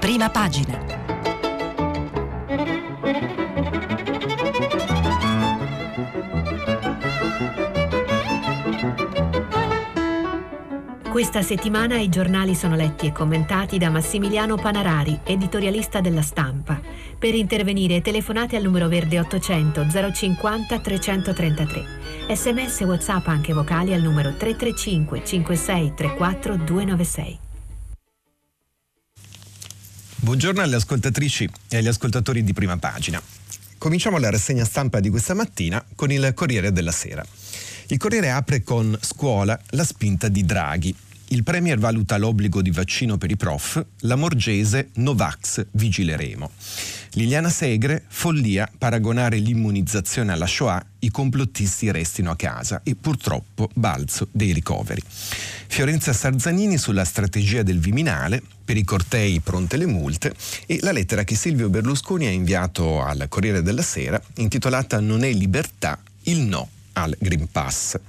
Prima pagina. Questa settimana i giornali sono letti e commentati da Massimiliano Panarari, editorialista della Stampa. Per intervenire telefonate al numero verde 800 050 333. SMS e WhatsApp anche vocali al numero 335 56 34 296. Buongiorno alle ascoltatrici e agli ascoltatori di Prima Pagina. Cominciamo la rassegna stampa di questa mattina con il Corriere della Sera. Il Corriere apre con scuola, la spinta di Draghi. Il Premier valuta l'obbligo di vaccino per i prof, la Morgese Novax, vigileremo. Liliana Segre, follia paragonare l'immunizzazione alla Shoah, i complottisti restino a casa e purtroppo balzo dei ricoveri. Fiorenza Sarzanini sulla strategia del Viminale, per i cortei pronte le multe, e la lettera che Silvio Berlusconi ha inviato al Corriere della Sera intitolata "Non è libertà il no al Green Pass".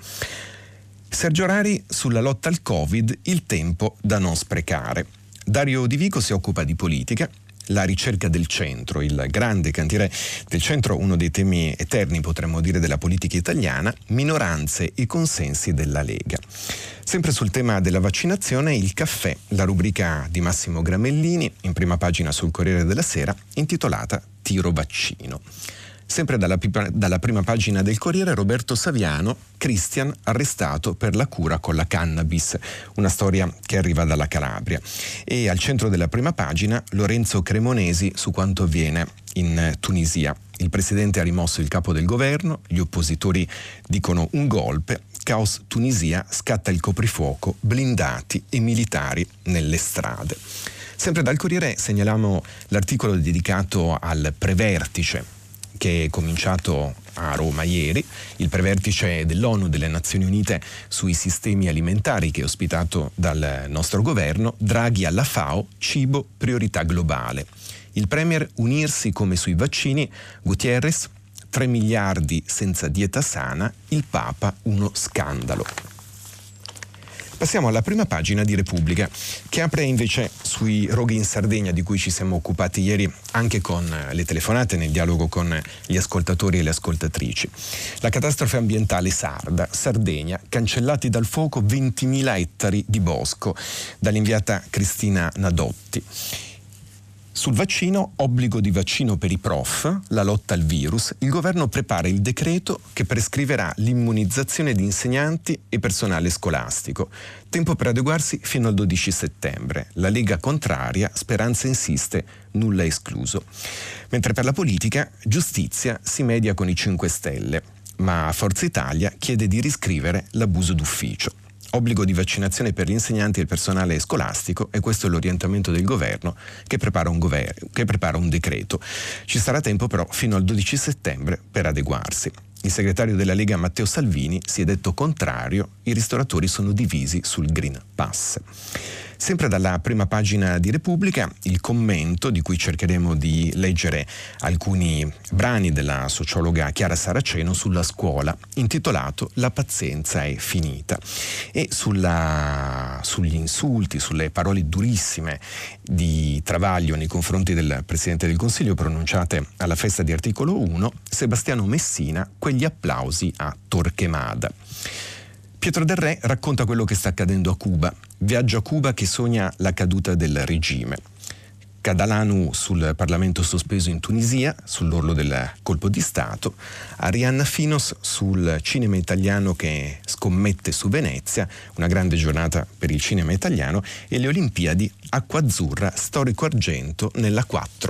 Sergio Rari sulla lotta al Covid, il tempo da non sprecare. Dario Di Vico si occupa di politica, la ricerca del centro, il grande cantiere del centro, uno dei temi eterni potremmo dire della politica italiana, minoranze e consensi della Lega. Sempre sul tema della vaccinazione, il caffè, la rubrica di Massimo Gramellini in prima pagina sul Corriere della Sera intitolata Tiro vaccino. Sempre dalla prima pagina del Corriere, Roberto Saviano, Christian arrestato per la cura con la cannabis, una storia che arriva dalla Calabria. E al centro della prima pagina Lorenzo Cremonesi su quanto avviene in Tunisia. Il presidente ha rimosso il capo del governo, gli oppositori dicono un golpe, caos Tunisia, scatta il coprifuoco, blindati e militari nelle strade. Sempre dal Corriere segnaliamo l'articolo dedicato al prevertice che è cominciato a Roma ieri, il prevertice dell'ONU, delle Nazioni Unite sui sistemi alimentari che è ospitato dal nostro governo. Draghi alla FAO, cibo priorità globale. Il Premier unirsi come sui vaccini, Gutierrez 3 miliardi senza dieta sana, il Papa uno scandalo. Passiamo alla prima pagina di Repubblica, che apre invece sui roghi in Sardegna di cui ci siamo occupati ieri anche con le telefonate nel dialogo con gli ascoltatori e le ascoltatrici. La catastrofe ambientale sarda, Sardegna, cancellati dal fuoco 20.000 ettari di bosco, dall'inviata Cristina Nadotti. Sul vaccino, obbligo di vaccino per i prof, la lotta al virus, il governo prepara il decreto che prescriverà l'immunizzazione di insegnanti e personale scolastico. Tempo per adeguarsi fino al 12 settembre. La Lega contraria, Speranza insiste, nulla escluso. Mentre per la politica, giustizia si media con i 5 Stelle, ma Forza Italia chiede di riscrivere l'abuso d'ufficio. Obbligo di vaccinazione per gli insegnanti e il personale scolastico, e questo è l'orientamento del governo che prepara un decreto. Ci sarà tempo però fino al 12 settembre per adeguarsi. Il segretario della Lega Matteo Salvini si è detto contrario, i ristoratori sono divisi sul Green Pass. Sempre dalla prima pagina di Repubblica, il commento di cui cercheremo di leggere alcuni brani della sociologa Chiara Saraceno sulla scuola, intitolato "La pazienza è finita", e sugli insulti, sulle parole durissime di Travaglio nei confronti del Presidente del Consiglio pronunciate alla festa di Articolo 1, Sebastiano Messina, quegli applausi a Torquemada. Pietro Del Re racconta quello che sta accadendo a Cuba. Viaggio a Cuba che sogna la caduta del regime. Cadalanu sul Parlamento sospeso in Tunisia, sull'orlo del colpo di Stato. Arianna Finos sul cinema italiano che scommette su Venezia, una grande giornata per il cinema italiano, e le Olimpiadi, acqua azzurra, storico argento nella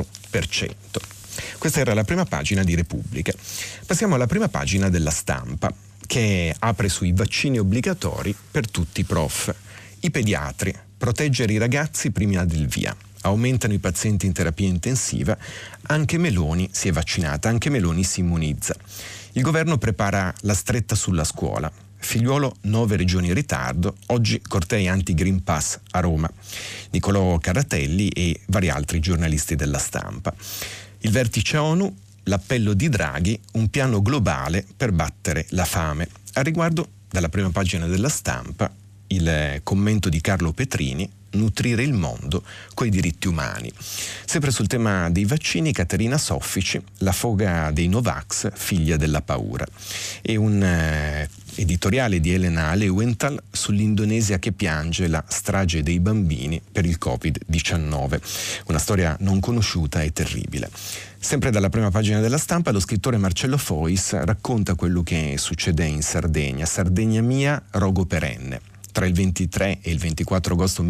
4%. Questa era la prima pagina di Repubblica. Passiamo alla prima pagina della Stampa, che apre sui vaccini obbligatori per tutti i prof. I pediatri, proteggere i ragazzi prima del via. Aumentano i pazienti in terapia intensiva, anche Meloni si è vaccinata, anche Meloni si immunizza. Il governo prepara la stretta sulla scuola. Figliuolo 9 regioni in ritardo, oggi cortei anti-Green Pass a Roma. Nicolò Carratelli e vari altri giornalisti della Stampa. Il vertice ONU, l'appello di Draghi, un piano globale per battere la fame. A riguardo, dalla prima pagina della Stampa, il commento di Carlo Petrini, nutrire il mondo coi diritti umani. Sempre sul tema dei vaccini, Caterina Soffici, la foga dei Novax, figlia della paura. E un editoriale di Elena Leuenthal sull'Indonesia che piange la strage dei bambini per il Covid-19. Una storia non conosciuta e terribile. Sempre dalla prima pagina della Stampa, lo scrittore Marcello Fois racconta quello che succede in Sardegna. Sardegna mia, rogo perenne. Tra il 23 e il 24 agosto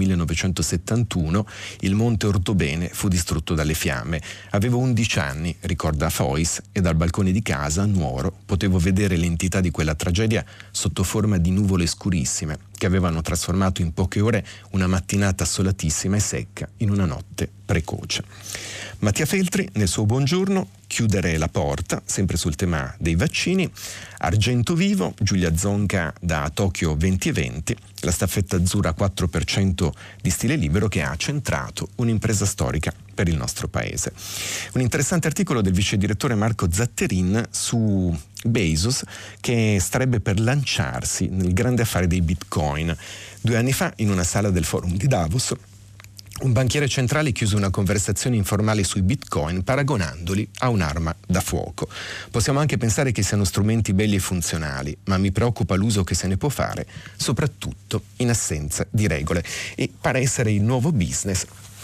1971 il monte Ortobene fu distrutto dalle fiamme. Avevo 11 anni, ricorda Fois, e dal balcone di casa, a Nuoro, potevo vedere l'entità di quella tragedia sotto forma di nuvole scurissime che avevano trasformato in poche ore una mattinata assolatissima e secca in una notte precoce. Mattia Feltri, nel suo Buongiorno, chiudere la porta, sempre sul tema dei vaccini. Argento vivo, Giulia Zonca da Tokyo 2020, la staffetta azzurra 4% di stile libero che ha centrato un'impresa storica per il nostro paese. Un interessante articolo del vice direttore Marco Zatterin su Bezos, che starebbe per lanciarsi nel grande affare dei bitcoin. 2 anni fa, in una sala del forum di Davos, un banchiere centrale chiuse una conversazione informale sui bitcoin paragonandoli a un'arma da fuoco. Possiamo anche pensare che siano strumenti belli e funzionali, ma mi preoccupa l'uso che se ne può fare, soprattutto in assenza di regole. E pare essere il nuovo business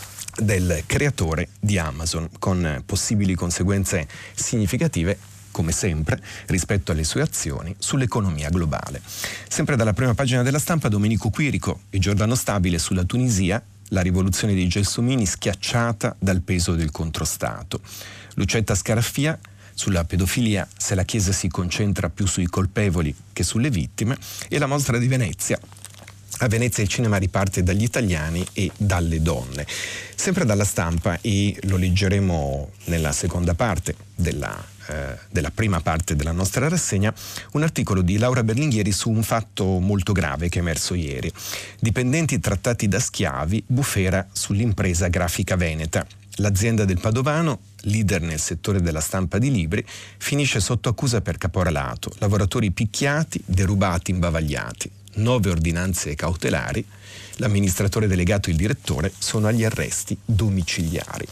del creatore di Amazon, con possibili conseguenze significative, come sempre, rispetto alle sue azioni sull'economia globale. Sempre dalla prima pagina della Stampa, Domenico Quirico e Giordano Stabile sulla Tunisia, la rivoluzione dei gelsomini schiacciata dal peso del controstato. Lucetta Scaraffia sulla pedofilia, se la Chiesa si concentra più sui colpevoli che sulle vittime, e la mostra di Venezia. A Venezia il cinema riparte dagli italiani e dalle donne. Sempre dalla Stampa, e lo leggeremo nella seconda parte della prima parte della nostra rassegna, un articolo di Laura Berlinghieri su un fatto molto grave che è emerso ieri. Dipendenti trattati da schiavi, bufera sull'impresa grafica veneta. L'azienda del Padovano, leader nel settore della stampa di libri, finisce sotto accusa per caporalato. Lavoratori picchiati, derubati, imbavagliati. 9 ordinanze cautelari. L'amministratore delegato e il direttore sono agli arresti domiciliari.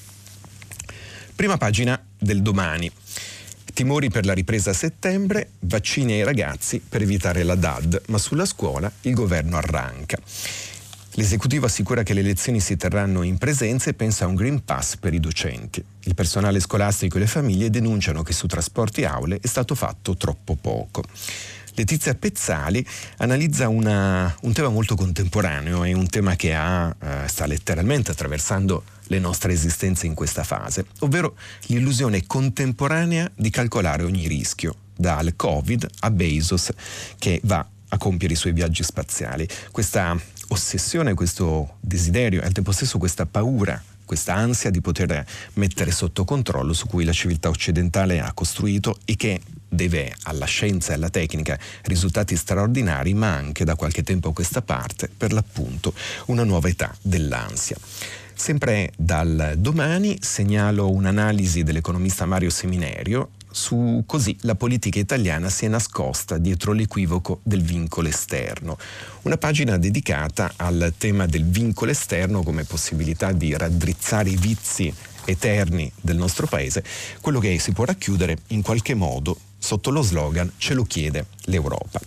Prima pagina del Domani. Timori per la ripresa a settembre, vaccini ai ragazzi per evitare la DAD, ma sulla scuola il governo arranca. L'esecutivo assicura che le lezioni si terranno in presenza e pensa a un Green Pass per i docenti. Il personale scolastico e le famiglie denunciano che su trasporti e aule è stato fatto troppo poco. Letizia Pezzali analizza un tema molto contemporaneo e un tema che sta letteralmente attraversando le nostre esistenze in questa fase, ovvero l'illusione contemporanea di calcolare ogni rischio, dal Covid a Bezos che va a compiere i suoi viaggi spaziali. Questa ossessione, questo desiderio e al tempo stesso questa paura, questa ansia di poter mettere sotto controllo su cui la civiltà occidentale ha costruito e che deve alla scienza e alla tecnica risultati straordinari, ma anche da qualche tempo a questa parte, per l'appunto, una nuova età dell'ansia. Sempre dal Domani segnalo un'analisi dell'economista Mario Seminerio su così la politica italiana si è nascosta dietro l'equivoco del vincolo esterno. Una pagina dedicata al tema del vincolo esterno come possibilità di raddrizzare i vizi eterni del nostro paese, quello che si può racchiudere in qualche modo sotto lo slogan "Ce lo chiede l'Europa".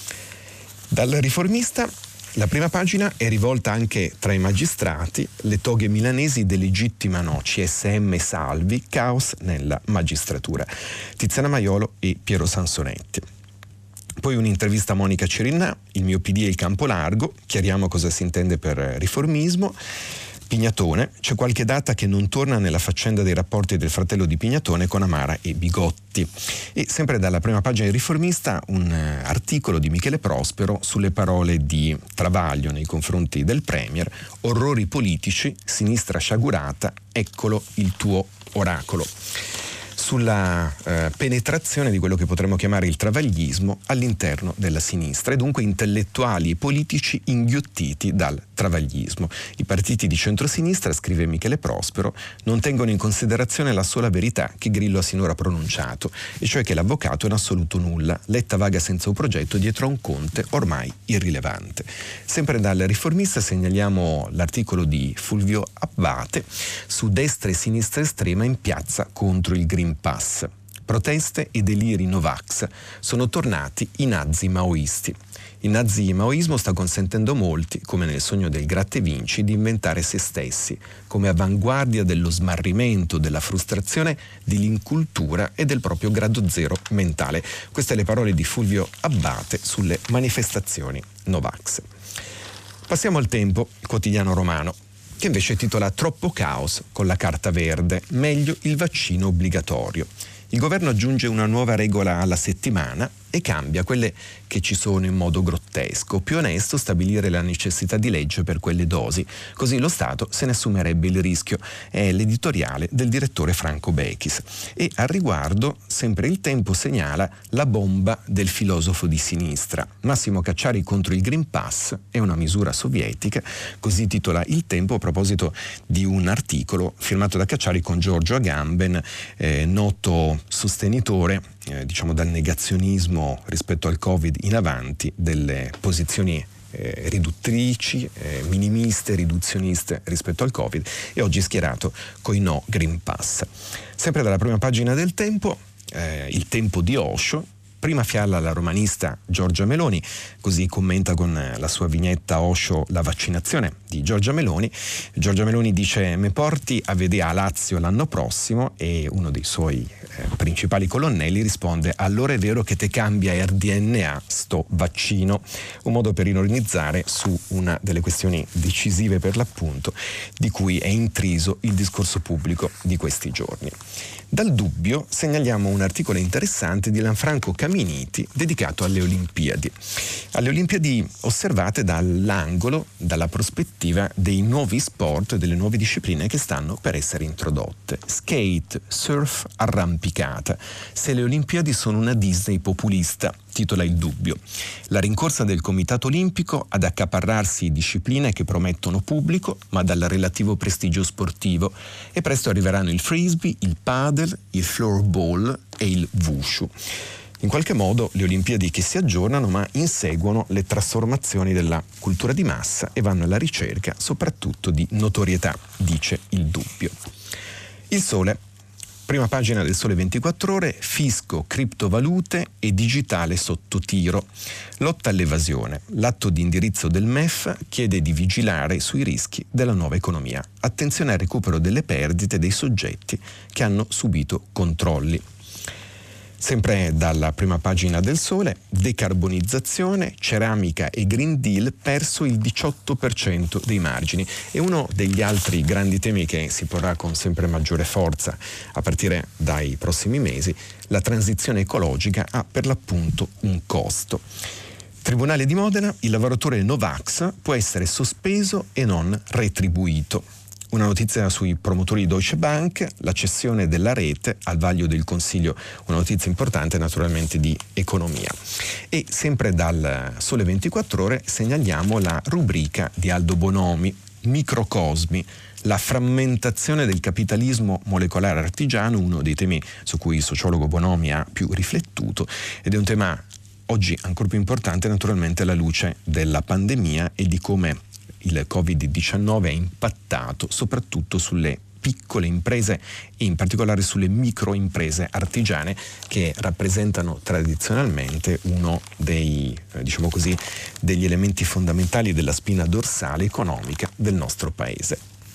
Dal Riformista la prima pagina è rivolta anche tra i magistrati, le toghe milanesi delegittimano CSM Salvi, caos nella magistratura. Tiziana Maiolo e Piero Sansonetti. Poi un'intervista a Monica Cirinnà, il mio PD e il campo largo, chiariamo cosa si intende per riformismo. Pignatone, c'è qualche data che non torna nella faccenda dei rapporti del fratello di Pignatone con Amara e Bigotti. E sempre dalla prima pagina del Riformista un articolo di Michele Prospero sulle parole di Travaglio nei confronti del Premier: orrori politici, sinistra sciagurata, eccolo il tuo oracolo. Sulla penetrazione di quello che potremmo chiamare il travaglismo all'interno della sinistra e dunque intellettuali e politici inghiottiti dal travaglismo. I partiti di centrosinistra, scrive Michele Prospero, non tengono in considerazione la sola verità che Grillo ha sinora pronunciato, e cioè che l'avvocato è in assoluto nulla, Letta vaga senza un progetto dietro a un Conte ormai irrilevante. Sempre dal Riformista segnaliamo l'articolo di Fulvio Abbate su destra e sinistra estrema in piazza contro il Green Pass. Proteste e deliri Novax sono tornati i nazi maoisti. Il nazi-maoismo sta consentendo a molti, come nel sogno del gratta e vinci, di inventare se stessi, come avanguardia dello smarrimento, della frustrazione, dell'incultura e del proprio grado zero mentale. Queste le parole di Fulvio Abbate sulle manifestazioni Novax. Passiamo al Tempo, quotidiano romano, che invece titola Troppo caos con la carta verde, meglio il vaccino obbligatorio. Il governo aggiunge una nuova regola alla settimana e cambia quelle che ci sono in modo grottesco. Più onesto stabilire la necessità di legge per quelle dosi, così lo Stato se ne assumerebbe il rischio. È l'editoriale del direttore Franco Bechis. E al riguardo sempre il Tempo segnala la bomba del filosofo di sinistra. Massimo Cacciari contro il Green Pass è una misura sovietica, così titola il Tempo a proposito di un articolo firmato da Cacciari con Giorgio Agamben, noto sostenitore dal negazionismo rispetto al Covid in avanti delle posizioni riduttrici, minimiste, riduzioniste rispetto al Covid, e oggi schierato coi no Green Pass. Sempre dalla prima pagina del Tempo, il Tempo di Osho. Prima fiala la romanista Giorgia Meloni, così commenta con la sua vignetta Osho la vaccinazione di Giorgia Meloni. Giorgia Meloni dice: me porti a vedere a Lazio l'anno prossimo, e uno dei suoi principali colonnelli risponde: allora è vero che te cambia RDNA sto vaccino, un modo per ironizzare su una delle questioni decisive per l'appunto di cui è intriso il discorso pubblico di questi giorni. Dal Dubbio segnaliamo un articolo interessante di Lanfranco Caminiti dedicato alle Olimpiadi. Alle Olimpiadi osservate dall'angolo, dalla prospettiva dei nuovi sport e delle nuove discipline che stanno per essere introdotte. Skate, surf, arrampicata. Se le Olimpiadi sono una Disney populista, titola il Dubbio. La rincorsa del Comitato Olimpico ad accaparrarsi discipline che promettono pubblico ma dal relativo prestigio sportivo, e presto arriveranno il frisbee, il padel, il floorball e il wushu. In qualche modo le Olimpiadi che si aggiornano ma inseguono le trasformazioni della cultura di massa e vanno alla ricerca soprattutto di notorietà, dice il Dubbio. Il Sole. Prima pagina del Sole 24 Ore, fisco, criptovalute e digitale sotto tiro. Lotta all'evasione. L'atto di indirizzo del MEF chiede di vigilare sui rischi della nuova economia. Attenzione al recupero delle perdite dei soggetti che hanno subito controlli. Sempre dalla prima pagina del Sole, decarbonizzazione, ceramica e Green Deal perso il 18% dei margini. E uno degli altri grandi temi che si porrà con sempre maggiore forza a partire dai prossimi mesi, la transizione ecologica ha per l'appunto un costo. Tribunale di Modena, il lavoratore Novax può essere sospeso e non retribuito. Una notizia sui promotori di Deutsche Bank, la cessione della rete al vaglio del Consiglio, una notizia importante naturalmente di economia. E sempre dal Sole 24 Ore segnaliamo la rubrica di Aldo Bonomi, Microcosmi, la frammentazione del capitalismo molecolare artigiano, uno dei temi su cui il sociologo Bonomi ha più riflettuto, ed è un tema oggi ancora più importante naturalmente alla luce della pandemia e di come il Covid-19 ha impattato soprattutto sulle piccole imprese e in particolare sulle microimprese artigiane, che rappresentano tradizionalmente uno dei, degli elementi fondamentali della spina dorsale economica del nostro paese.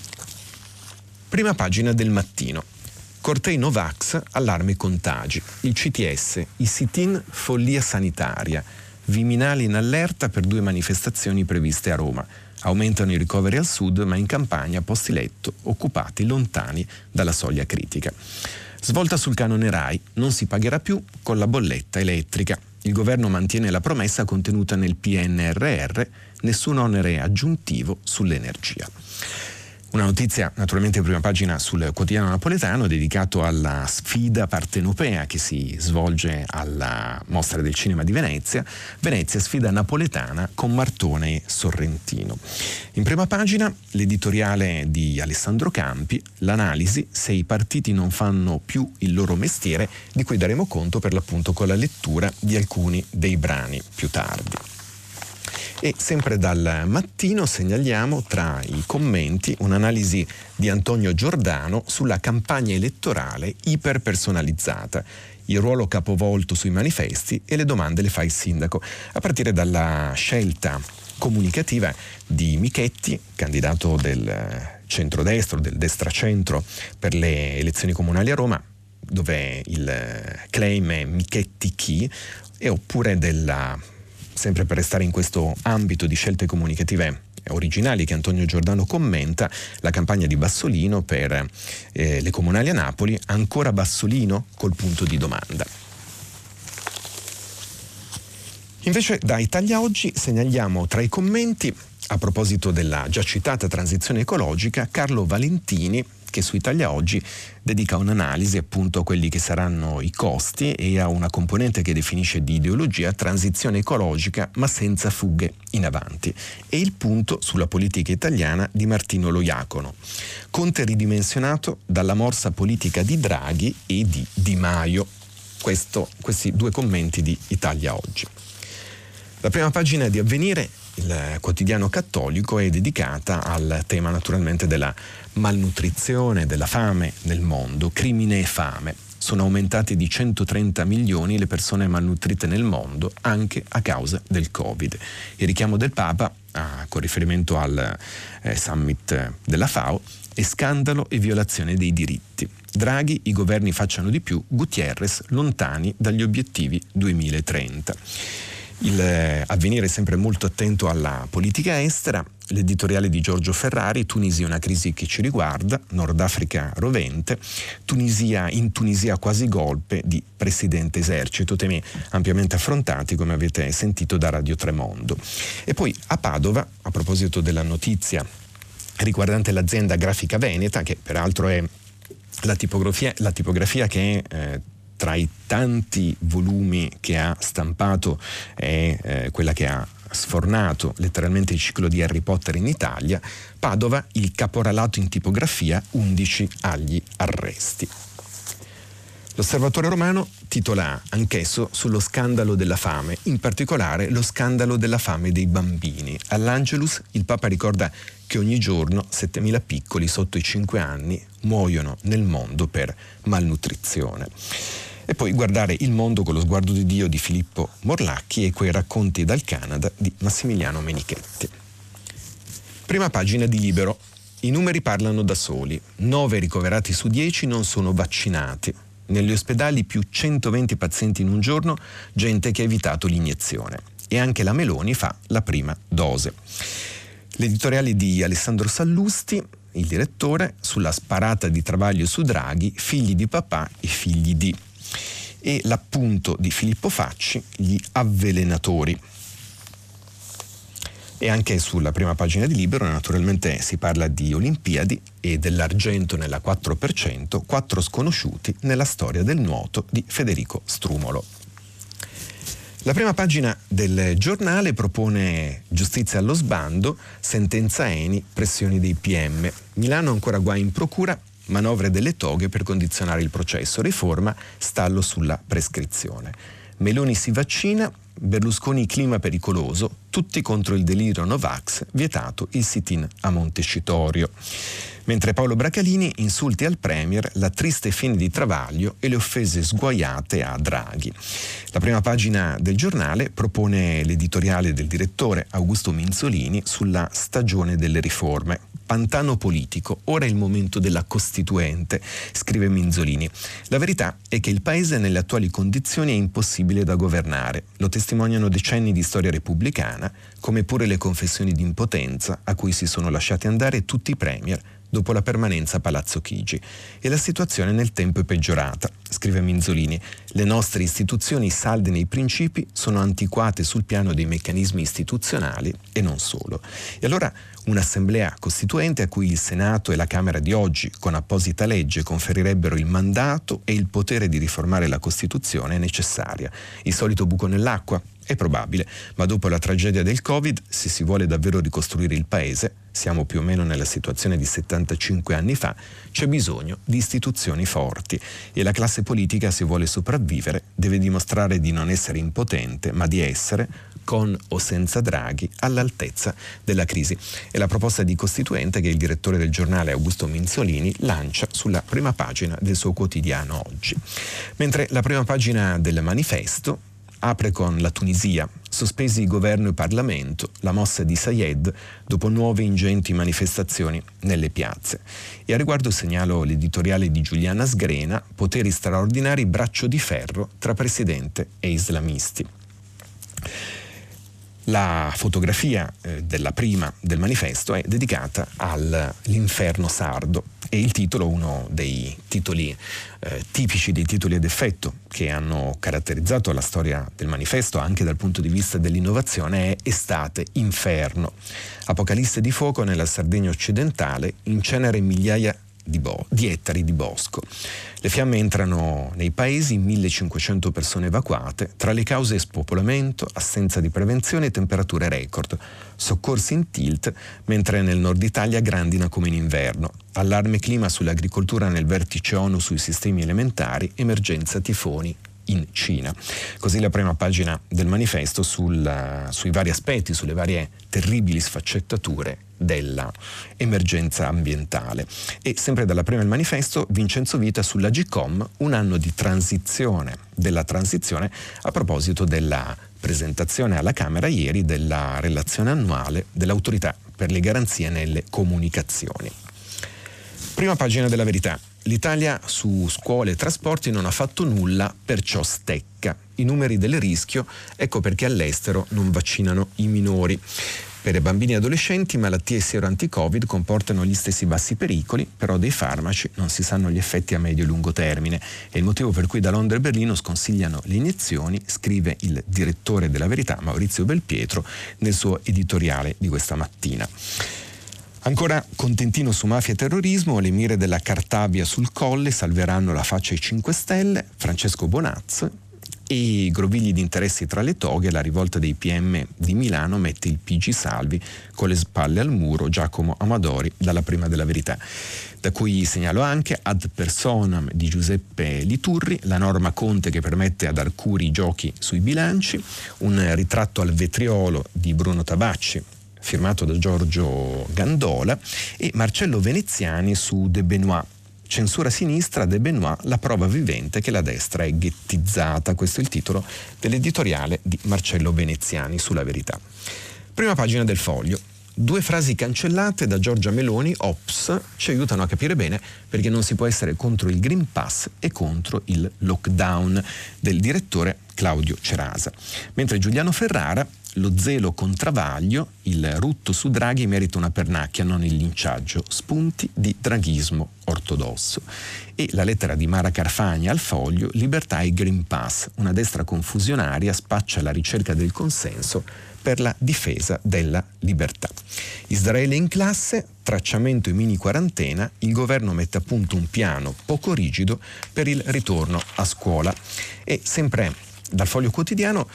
Prima pagina del Mattino. Cortei Novax, allarme contagi. Il CTS, i sit-in follia sanitaria. Viminali in allerta per 2 manifestazioni previste a Roma. Aumentano i ricoveri al sud, ma in Campania posti letto occupati lontani dalla soglia critica. Svolta sul canone RAI, non si pagherà più con la bolletta elettrica. Il governo mantiene la promessa contenuta nel PNRR, nessun onere aggiuntivo sull'energia. Una notizia naturalmente in prima pagina sul quotidiano napoletano dedicato alla sfida partenopea che si svolge alla Mostra del Cinema di Venezia. Venezia, sfida napoletana con Martone e Sorrentino. In prima pagina l'editoriale di Alessandro Campi, l'analisi se i partiti non fanno più il loro mestiere, di cui daremo conto per l'appunto con la lettura di alcuni dei brani più tardi. E sempre dal Mattino segnaliamo tra i commenti un'analisi di Antonio Giordano sulla campagna elettorale iperpersonalizzata, il ruolo capovolto sui manifesti e le domande le fa il sindaco, a partire dalla scelta comunicativa di Michetti, candidato del centrodestra, del destra-centro per le elezioni comunali a Roma, dove il claim è Michetti chi, e oppure sempre per restare in questo ambito di scelte comunicative originali che Antonio Giordano commenta, la campagna di Bassolino per le comunali a Napoli, ancora Bassolino col punto di domanda. Invece da Italia Oggi segnaliamo tra i commenti, a proposito della già citata transizione ecologica, Carlo Valentini, che su Italia Oggi dedica un'analisi appunto a quelli che saranno i costi e a una componente che definisce di ideologia transizione ecologica ma senza fughe in avanti, e il punto sulla politica italiana di Martino Loiacono. Conte ridimensionato dalla morsa politica di Draghi e di Di Maio. Questi due commenti di Italia Oggi. La prima pagina di Avvenire, il quotidiano cattolico, è dedicata al tema naturalmente della malnutrizione, della fame nel mondo, crimine e fame. Sono aumentate di 130 milioni le persone malnutrite nel mondo anche a causa del Covid. Il richiamo del Papa, con riferimento al summit della FAO, è scandalo e violazione dei diritti. Draghi, i governi facciano di più, Gutierrez lontani dagli obiettivi 2030. Il Avvenire è sempre molto attento alla politica estera, l'editoriale di Giorgio Ferrari, Tunisia una crisi che ci riguarda, Nord Africa rovente, in Tunisia quasi golpe di presidente esercito, temi ampiamente affrontati come avete sentito da Radio Tremondo. E poi a Padova, a proposito della notizia riguardante l'azienda Grafica Veneta, che peraltro è la tipografia che è tra i tanti volumi che ha stampato è quella che ha sfornato letteralmente il ciclo di Harry Potter in Italia. Padova, il caporalato in tipografia, 11 agli arresti. L'Osservatore Romano titola anch'esso sullo scandalo della fame, in particolare lo scandalo della fame dei bambini. All'Angelus il Papa ricorda che ogni giorno 7.000 piccoli sotto i 5 anni muoiono nel mondo per malnutrizione. E poi guardare il mondo con lo sguardo di Dio di Filippo Morlacchi e quei racconti dal Canada di Massimiliano Menichetti. Prima pagina di Libero. I numeri parlano da soli. 9 ricoverati su 10 non sono vaccinati. Negli ospedali più 120 pazienti in un giorno, gente che ha evitato l'iniezione. E anche la Meloni fa la prima dose. L'editoriale di Alessandro Sallusti, il direttore, sulla sparata di Travaglio su Draghi, figli di papà e figli di. E l'appunto di Filippo Facci, gli avvelenatori. E anche sulla prima pagina di Libero naturalmente si parla di Olimpiadi e dell'argento nella 4%, 4 sconosciuti nella storia del nuoto di Federico Strumolo. La prima pagina del Giornale propone giustizia allo sbando, sentenza Eni, pressioni dei PM. Milano ancora guai in procura, manovre delle toghe per condizionare il processo, riforma, stallo sulla prescrizione. Meloni si vaccina, Berlusconi clima pericoloso, tutti contro il delirio Novax, vietato il sit-in a Montecitorio. Mentre Paolo Bracalini insulti al Premier, la triste fine di Travaglio e le offese sguaiate a Draghi. La prima pagina del Giornale propone l'editoriale del direttore Augusto Minzolini sulla stagione delle riforme. Pantano politico, ora è il momento della Costituente, scrive Minzolini. La verità è che il Paese nelle attuali condizioni è impossibile da governare. Lo testimoniano decenni di storia repubblicana, come pure le confessioni di impotenza a cui si sono lasciati andare tutti i premier dopo la permanenza a Palazzo Chigi. E la situazione nel tempo è peggiorata, scrive Minzolini. Le nostre istituzioni, salde nei principi, sono antiquate sul piano dei meccanismi istituzionali e non solo. E allora un'assemblea costituente a cui il Senato e la Camera di oggi, con apposita legge, conferirebbero il mandato e il potere di riformare la Costituzione è necessaria. Il solito buco nell'acqua? È probabile, ma dopo la tragedia del Covid, se si vuole davvero ricostruire il Paese, siamo più o meno nella situazione di 75 anni fa, c'è bisogno di istituzioni forti e la classe politica, se vuole sopravvivere, deve dimostrare di non essere impotente, ma di essere, con o senza Draghi, all'altezza della crisi. È la proposta di Costituente che il direttore del giornale Augusto Minzolini lancia sulla prima pagina del suo quotidiano Oggi. Mentre la prima pagina del Manifesto apre con la Tunisia, sospesi governo e Parlamento, la mossa di Sayed dopo nuove ingenti manifestazioni nelle piazze. E a riguardo segnalo l'editoriale di Giuliana Sgrena, poteri straordinari, braccio di ferro tra presidente e islamisti. La fotografia della prima del Manifesto è dedicata all'inferno sardo e il titolo, uno dei titoli tipici, dei titoli ad effetto che hanno caratterizzato la storia del Manifesto anche dal punto di vista dell'innovazione, è Estate Inferno. Apocalisse di fuoco nella Sardegna occidentale, incenere migliaia di ettari di bosco. Le fiamme entrano nei paesi, 1500 persone evacuate, tra le cause spopolamento, assenza di prevenzione e temperature record, soccorsi in tilt, mentre nel nord Italia grandina come in inverno, allarme clima sull'agricoltura nel vertice ONU sui sistemi elementari, emergenza tifoni in Cina. Così la prima pagina del Manifesto sui vari aspetti, sulle varie terribili sfaccettature della emergenza ambientale. E sempre dalla prima del Manifesto, Vincenzo Vita sulla GCOM, un anno di transizione, della transizione, a proposito della presentazione alla Camera ieri della relazione annuale dell'Autorità per le garanzie nelle comunicazioni. Prima pagina della Verità. L'Italia su scuole e trasporti non ha fatto nulla, perciò stecca. I numeri del rischio, ecco perché all'estero non vaccinano i minori. Per i bambini e adolescenti malattie sero anti-Covid comportano gli stessi bassi pericoli, però dei farmaci non si sanno gli effetti a medio e lungo termine. È il motivo per cui da Londra e Berlino sconsigliano le iniezioni, scrive il direttore della Verità, Maurizio Belpietro, nel suo editoriale di questa mattina. Ancora contentino su mafia e terrorismo, le mire della Cartabia sul Colle salveranno la faccia ai 5 Stelle, Francesco Bonazzo, e i grovigli di interessi tra le toghe, la rivolta dei PM di Milano mette il PG Salvi con le spalle al muro, Giacomo Amadori dalla prima della Verità. Da cui segnalo anche ad personam di Giuseppe Liturri, la norma Conte che permette ad Arcuri i giochi sui bilanci, un ritratto al vetriolo di Bruno Tabacci, firmato da Giorgio Gandola, e Marcello Veneziani su De Benoit. Censura sinistra, De Benoit, la prova vivente che la destra è ghettizzata. Questo è il titolo dell'editoriale di Marcello Veneziani sulla Verità. Prima pagina del Foglio. 2 frasi cancellate da Giorgia Meloni, ops, ci aiutano a capire bene perché non si può essere contro il Green Pass e contro il lockdown, del direttore Claudio Cerasa. Mentre Giuliano Ferrara, lo zelo con Travaglio, il rutto su Draghi merita una pernacchia, non il linciaggio, spunti di draghismo ortodosso. E la lettera di Mara Carfagna al Foglio, libertà e Green Pass, una destra confusionaria spaccia la ricerca del consenso per la difesa della libertà. Israele in classe, tracciamento e mini quarantena, il governo mette a punto un piano poco rigido per il ritorno a scuola. E sempre dal Foglio Quotidiano,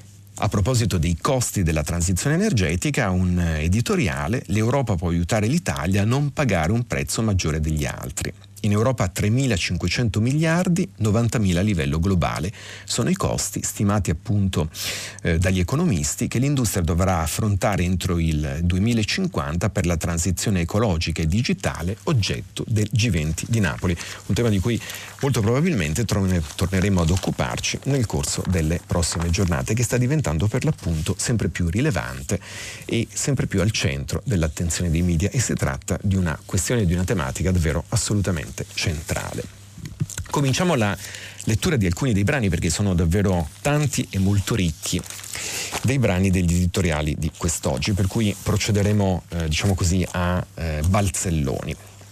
a proposito dei costi della transizione energetica, un editoriale: l'Europa può aiutare l'Italia a non pagare un prezzo maggiore degli altri. In Europa 3.500 miliardi, 90.000 a livello globale. Sono i costi stimati appunto dagli economisti che l'industria dovrà affrontare entro il 2050 per la transizione ecologica e digitale, oggetto del G20 di Napoli. Un tema di cui molto probabilmente torneremo ad occuparci nel corso delle prossime giornate, che sta diventando per l'appunto sempre più rilevante e sempre più al centro dell'attenzione dei media, e si tratta di una questione, di una tematica davvero assolutamente centrale. Cominciamo la lettura di alcuni dei brani, perché sono davvero tanti e molto ricchi, dei brani degli editoriali di quest'oggi, per cui procederemo diciamo così a balzelloni.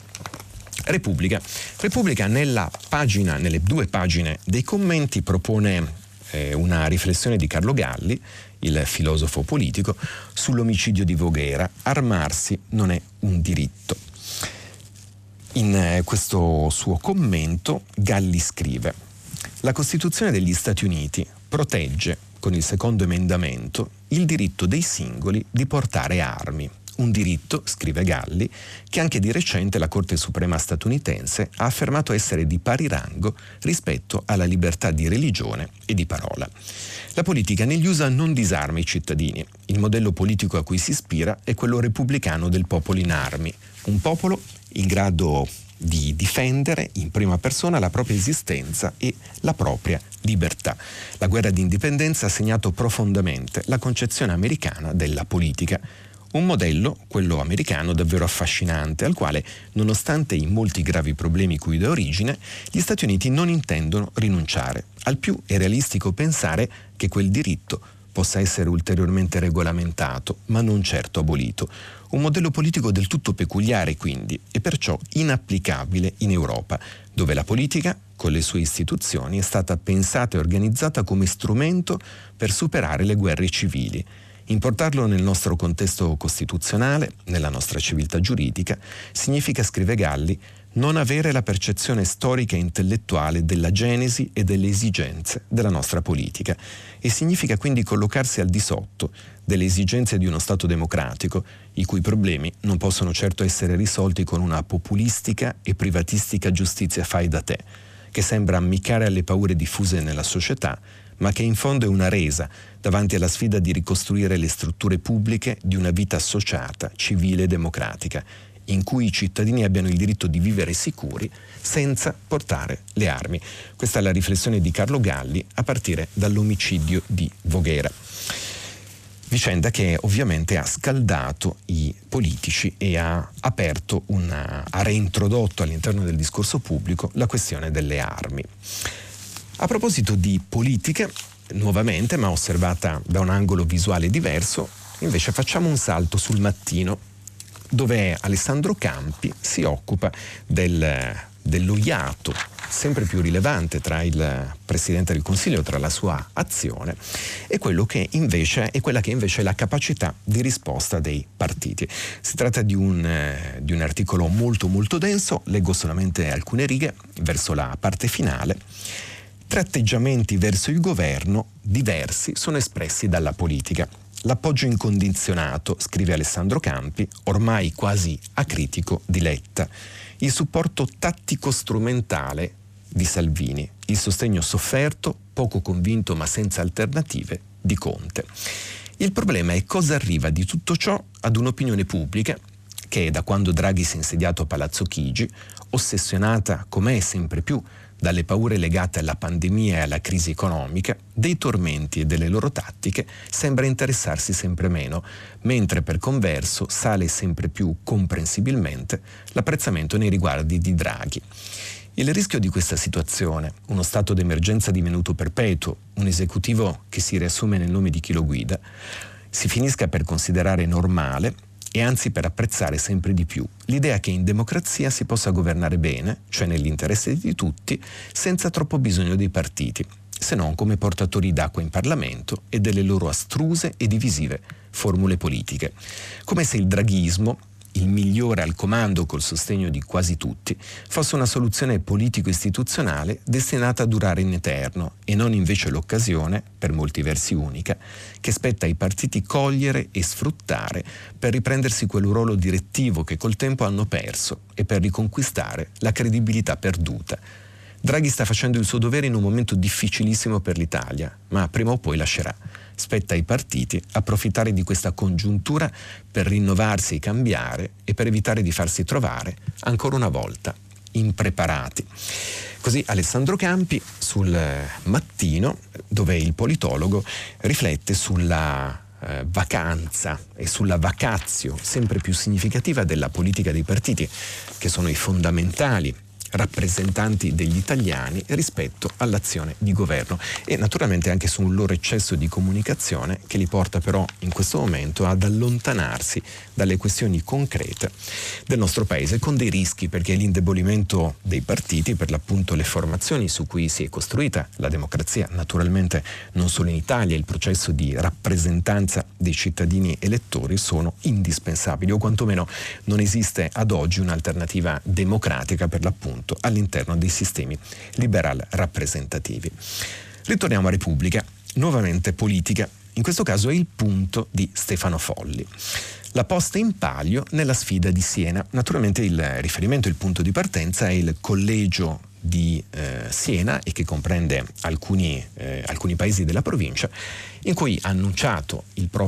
Repubblica nelle 2 pagine dei commenti propone una riflessione di Carlo Galli, il filosofo politico, sull'omicidio di Voghera. Armarsi non è un diritto. In questo suo commento Galli scrive: la Costituzione degli Stati Uniti protegge, con il secondo emendamento, il diritto dei singoli di portare armi. Un diritto, scrive Galli, che anche di recente la Corte Suprema statunitense ha affermato essere di pari rango rispetto alla libertà di religione e di parola. La politica negli USA non disarma i cittadini. Il modello politico a cui si ispira è quello repubblicano del popolo in armi, un popolo in grado di difendere in prima persona la propria esistenza e la propria libertà. La guerra d'indipendenza ha segnato profondamente la concezione americana della politica. Un modello, quello americano, davvero affascinante, al quale, nonostante i molti gravi problemi cui dà origine, gli Stati Uniti non intendono rinunciare. Al più è realistico pensare che quel diritto possa essere ulteriormente regolamentato, ma non certo abolito. Un modello politico del tutto peculiare, quindi, e perciò inapplicabile in Europa, dove la politica, con le sue istituzioni, è stata pensata e organizzata come strumento per superare le guerre civili. Importarlo nel nostro contesto costituzionale, nella nostra civiltà giuridica, significa, scrive Galli, non avere la percezione storica e intellettuale della genesi e delle esigenze della nostra politica, e significa quindi collocarsi al di sotto delle esigenze di uno Stato democratico, i cui problemi non possono certo essere risolti con una populistica e privatistica giustizia fai da te, che sembra ammiccare alle paure diffuse nella società, ma che in fondo è una resa davanti alla sfida di ricostruire le strutture pubbliche di una vita associata, civile e democratica, in cui i cittadini abbiano il diritto di vivere sicuri senza portare le armi. Questa è la riflessione di Carlo Galli a partire dall'omicidio di Voghera. Vicenda che ovviamente ha scaldato i politici e ha reintrodotto all'interno del discorso pubblico la questione delle armi. A proposito di politica, nuovamente, ma osservata da un angolo visuale diverso, invece facciamo un salto sul Mattino, dove Alessandro Campi si occupa dello iato sempre più rilevante tra il Presidente del Consiglio, tra la sua azione e quella che invece è la capacità di risposta dei partiti. Si tratta di un articolo molto molto denso, leggo solamente alcune righe verso la parte finale. 3 atteggiamenti verso il governo diversi sono espressi dalla politica. L'appoggio incondizionato, scrive Alessandro Campi, ormai quasi acritico di Letta. Il supporto tattico-strumentale di Salvini. Il sostegno sofferto, poco convinto ma senza alternative, di Conte. Il problema è cosa arriva di tutto ciò ad un'opinione pubblica che, da quando Draghi si è insediato a Palazzo Chigi, ossessionata com'è sempre più dalle paure legate alla pandemia e alla crisi economica, dei tormenti e delle loro tattiche, sembra interessarsi sempre meno, mentre per converso sale sempre più comprensibilmente l'apprezzamento nei riguardi di Draghi. Il rischio di questa situazione, uno stato d'emergenza divenuto perpetuo, un esecutivo che si riassume nel nome di chi lo guida, si finisca per considerare normale e anzi per apprezzare sempre di più l'idea che in democrazia si possa governare bene, cioè nell'interesse di tutti, senza troppo bisogno dei partiti, se non come portatori d'acqua in Parlamento e delle loro astruse e divisive formule politiche. Come se il draghismo, il migliore al comando col sostegno di quasi tutti, fosse una soluzione politico-istituzionale destinata a durare in eterno e non invece l'occasione, per molti versi unica, che spetta ai partiti cogliere e sfruttare per riprendersi quel ruolo direttivo che col tempo hanno perso e per riconquistare la credibilità perduta. Draghi sta facendo il suo dovere in un momento difficilissimo per l'Italia, ma prima o poi lascerà. Spetta ai partiti approfittare di questa congiuntura per rinnovarsi e cambiare e per evitare di farsi trovare ancora una volta impreparati. Così Alessandro Campi sul Mattino, dove il politologo riflette sulla vacanza e sulla vacatio sempre più significativa della politica dei partiti, che sono i fondamentali rappresentanti degli italiani rispetto all'azione di governo e naturalmente anche su un loro eccesso di comunicazione che li porta però in questo momento ad allontanarsi dalle questioni concrete del nostro paese, con dei rischi, perché l'indebolimento dei partiti, per l'appunto le formazioni su cui si è costruita la democrazia, naturalmente non solo in Italia, il processo di rappresentanza dei cittadini elettori sono indispensabili, o quantomeno non esiste ad oggi un'alternativa democratica per l'appunto all'interno dei sistemi liberal rappresentativi. Ritorniamo a Repubblica, nuovamente politica, in questo caso è il punto di Stefano Folli. La posta in palio nella sfida di Siena. Naturalmente il riferimento, il punto di partenza è il collegio di Siena, e che comprende alcuni paesi della provincia, in cui ha annunciato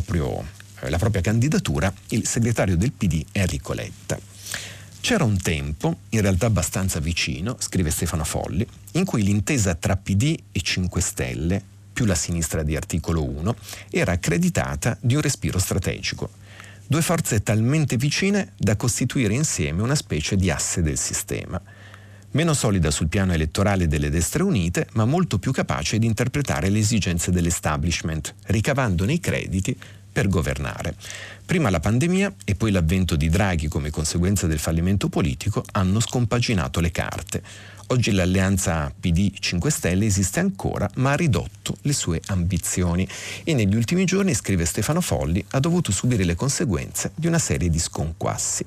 la propria candidatura il segretario del PD Enrico Letta. C'era un tempo, in realtà abbastanza vicino, scrive Stefano Folli, in cui l'intesa tra PD e 5 Stelle, più la sinistra di Articolo 1, era accreditata di un respiro strategico. 2 forze talmente vicine da costituire insieme una specie di asse del sistema. Meno solida sul piano elettorale delle destre unite, ma molto più capace di interpretare le esigenze dell'establishment, ricavandone i crediti per governare. Prima la pandemia e poi l'avvento di Draghi come conseguenza del fallimento politico hanno scompaginato le carte. Oggi l'alleanza PD-5 Stelle esiste ancora, ma ha ridotto le sue ambizioni e negli ultimi giorni, scrive Stefano Folli, ha dovuto subire le conseguenze di una serie di sconquassi.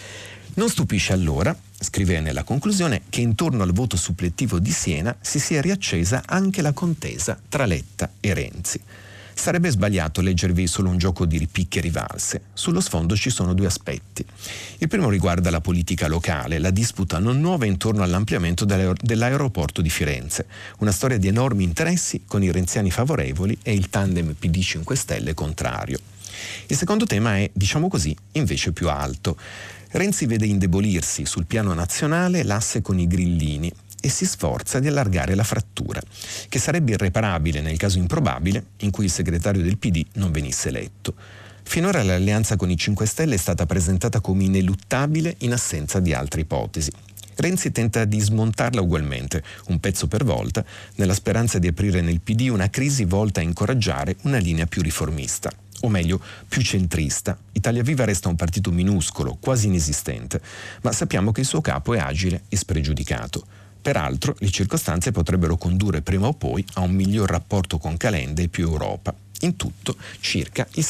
Non stupisce allora, scrive nella conclusione, che intorno al voto suppletivo di Siena si sia riaccesa anche la contesa tra Letta e Renzi. Sarebbe sbagliato leggervi solo un gioco di ripicche e rivalse. Sullo sfondo ci sono 2 aspetti. Il primo riguarda la politica locale, la disputa non nuova intorno all'ampliamento dell'aeroporto di Firenze, una storia di enormi interessi con i renziani favorevoli e il tandem PD-5 Stelle contrario. Il secondo tema è, diciamo così, invece più alto. Renzi vede indebolirsi sul piano nazionale l'asse con i grillini e si sforza di allargare la frattura, che sarebbe irreparabile nel caso improbabile in cui il segretario del PD non venisse eletto. Finora l'alleanza con i 5 Stelle è stata presentata come ineluttabile in assenza di altre ipotesi. Renzi tenta di smontarla ugualmente, un pezzo per volta, nella speranza di aprire nel PD una crisi volta a incoraggiare una linea più riformista, o meglio, più centrista. Italia Viva resta un partito minuscolo, quasi inesistente, ma sappiamo che il suo capo è agile e spregiudicato. Peraltro, le circostanze potrebbero condurre prima o poi a un miglior rapporto con Calenda e più Europa. In tutto circa il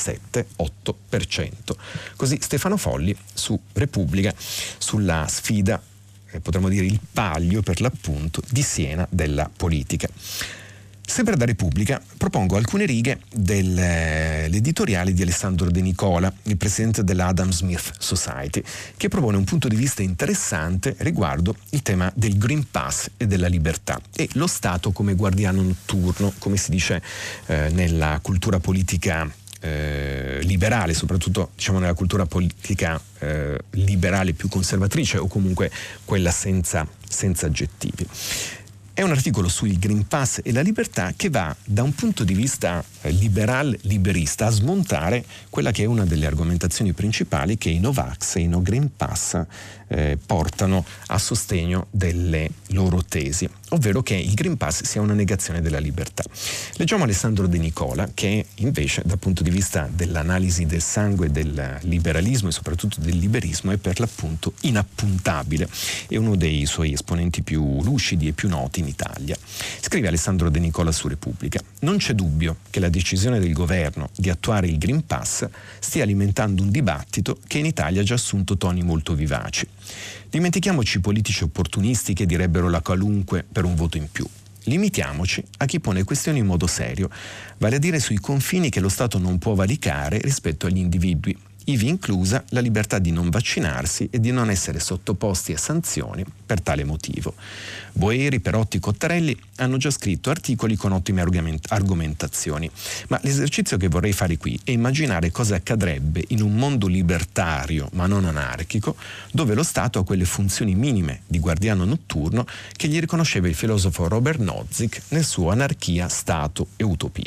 7-8%. Così Stefano Folli su Repubblica, sulla sfida, potremmo dire il palio per l'appunto, di Siena della politica. Sempre da Repubblica propongo alcune righe dell'editoriale di Alessandro De Nicola, il presidente della Adam Smith Society, che propone un punto di vista interessante riguardo il tema del Green Pass e della libertà e lo Stato come guardiano notturno, come si dice nella cultura politica liberale, soprattutto diciamo nella cultura politica liberale più conservatrice, o comunque quella senza aggettivi. È un articolo sul Green Pass e la libertà che va da un punto di vista liberista a smontare quella che è una delle argomentazioni principali che i Novax e i No Green Pass portano a sostegno delle loro tesi, ovvero che il Green Pass sia una negazione della libertà. Leggiamo Alessandro De Nicola, che invece dal punto di vista dell'analisi del sangue del liberalismo e soprattutto del liberismo è per l'appunto inappuntabile, è uno dei suoi esponenti più lucidi e più noti in Italia. Scrive Alessandro De Nicola su Repubblica: non c'è dubbio che la decisione del governo di attuare il Green Pass stia alimentando un dibattito che in Italia ha già assunto toni molto vivaci. Dimentichiamoci i politici opportunisti che direbbero la qualunque per un voto in più. Limitiamoci a chi pone questioni in modo serio, vale a dire sui confini che lo Stato non può valicare rispetto agli individui, ivi inclusa la libertà di non vaccinarsi e di non essere sottoposti a sanzioni per tale motivo. Boeri, Perotti, Cottarelli hanno già scritto articoli con ottime argomentazioni, ma l'esercizio che vorrei fare qui è immaginare cosa accadrebbe in un mondo libertario ma non anarchico, dove lo Stato ha quelle funzioni minime di guardiano notturno che gli riconosceva il filosofo Robert Nozick nel suo Anarchia, Stato e Utopia.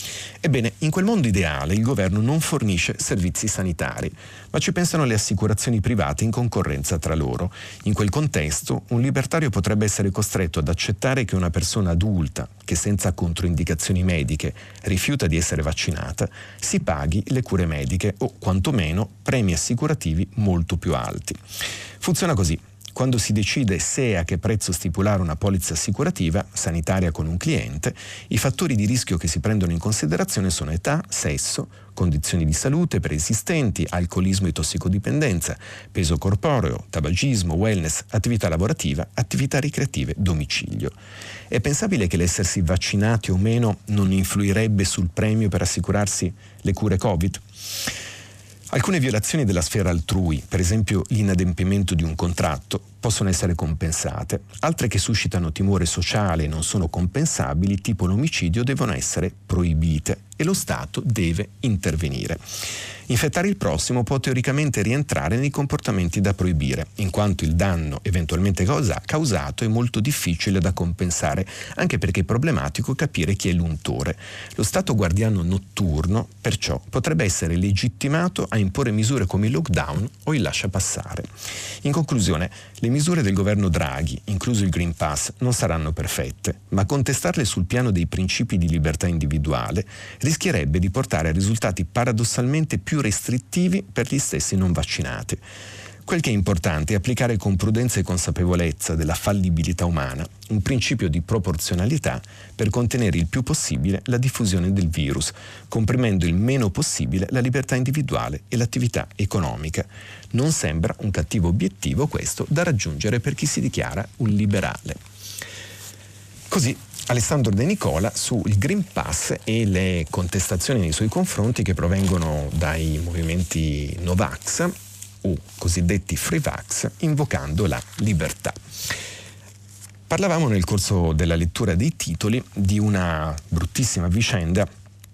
Ebbene, in quel mondo ideale il governo non fornisce servizi sanitari, ma ci pensano le assicurazioni private in concorrenza tra loro. In quel contesto, un libertario potrebbe essere costretto ad accettare che una persona adulta, che senza controindicazioni mediche rifiuta di essere vaccinata, si paghi le cure mediche o, quantomeno, premi assicurativi molto più alti. Funziona così. Quando si decide se e a che prezzo stipulare una polizza assicurativa sanitaria con un cliente, i fattori di rischio che si prendono in considerazione sono età, sesso, condizioni di salute preesistenti, alcolismo e tossicodipendenza, peso corporeo, tabagismo, wellness, attività lavorativa, attività ricreative, domicilio. È pensabile che l'essersi vaccinati o meno non influirebbe sul premio per assicurarsi le cure Covid? Alcune violazioni della sfera altrui, per esempio l'inadempimento di un contratto, possono essere compensate. Altre che suscitano timore sociale e non sono compensabili, tipo l'omicidio, devono essere proibite e lo Stato deve intervenire. Infettare il prossimo può teoricamente rientrare nei comportamenti da proibire, in quanto il danno eventualmente causato è molto difficile da compensare, anche perché è problematico capire chi è l'untore. Lo Stato guardiano notturno, perciò, potrebbe essere legittimato a imporre misure come il lockdown o il lasciapassare. In conclusione, le misure del governo Draghi, incluso il Green Pass, non saranno perfette, ma contestarle sul piano dei principi di libertà individuale rischierebbe di portare a risultati paradossalmente più restrittivi per gli stessi non vaccinati. Quel che è importante è applicare con prudenza e consapevolezza della fallibilità umana un principio di proporzionalità per contenere il più possibile la diffusione del virus, comprimendo il meno possibile la libertà individuale e l'attività economica. Non sembra un cattivo obiettivo questo da raggiungere per chi si dichiara un liberale. Così Alessandro De Nicola sul Green Pass e le contestazioni nei suoi confronti che provengono dai movimenti Novax o cosiddetti Free Vax, invocando la libertà. Parlavamo nel corso della lettura dei titoli di una bruttissima vicenda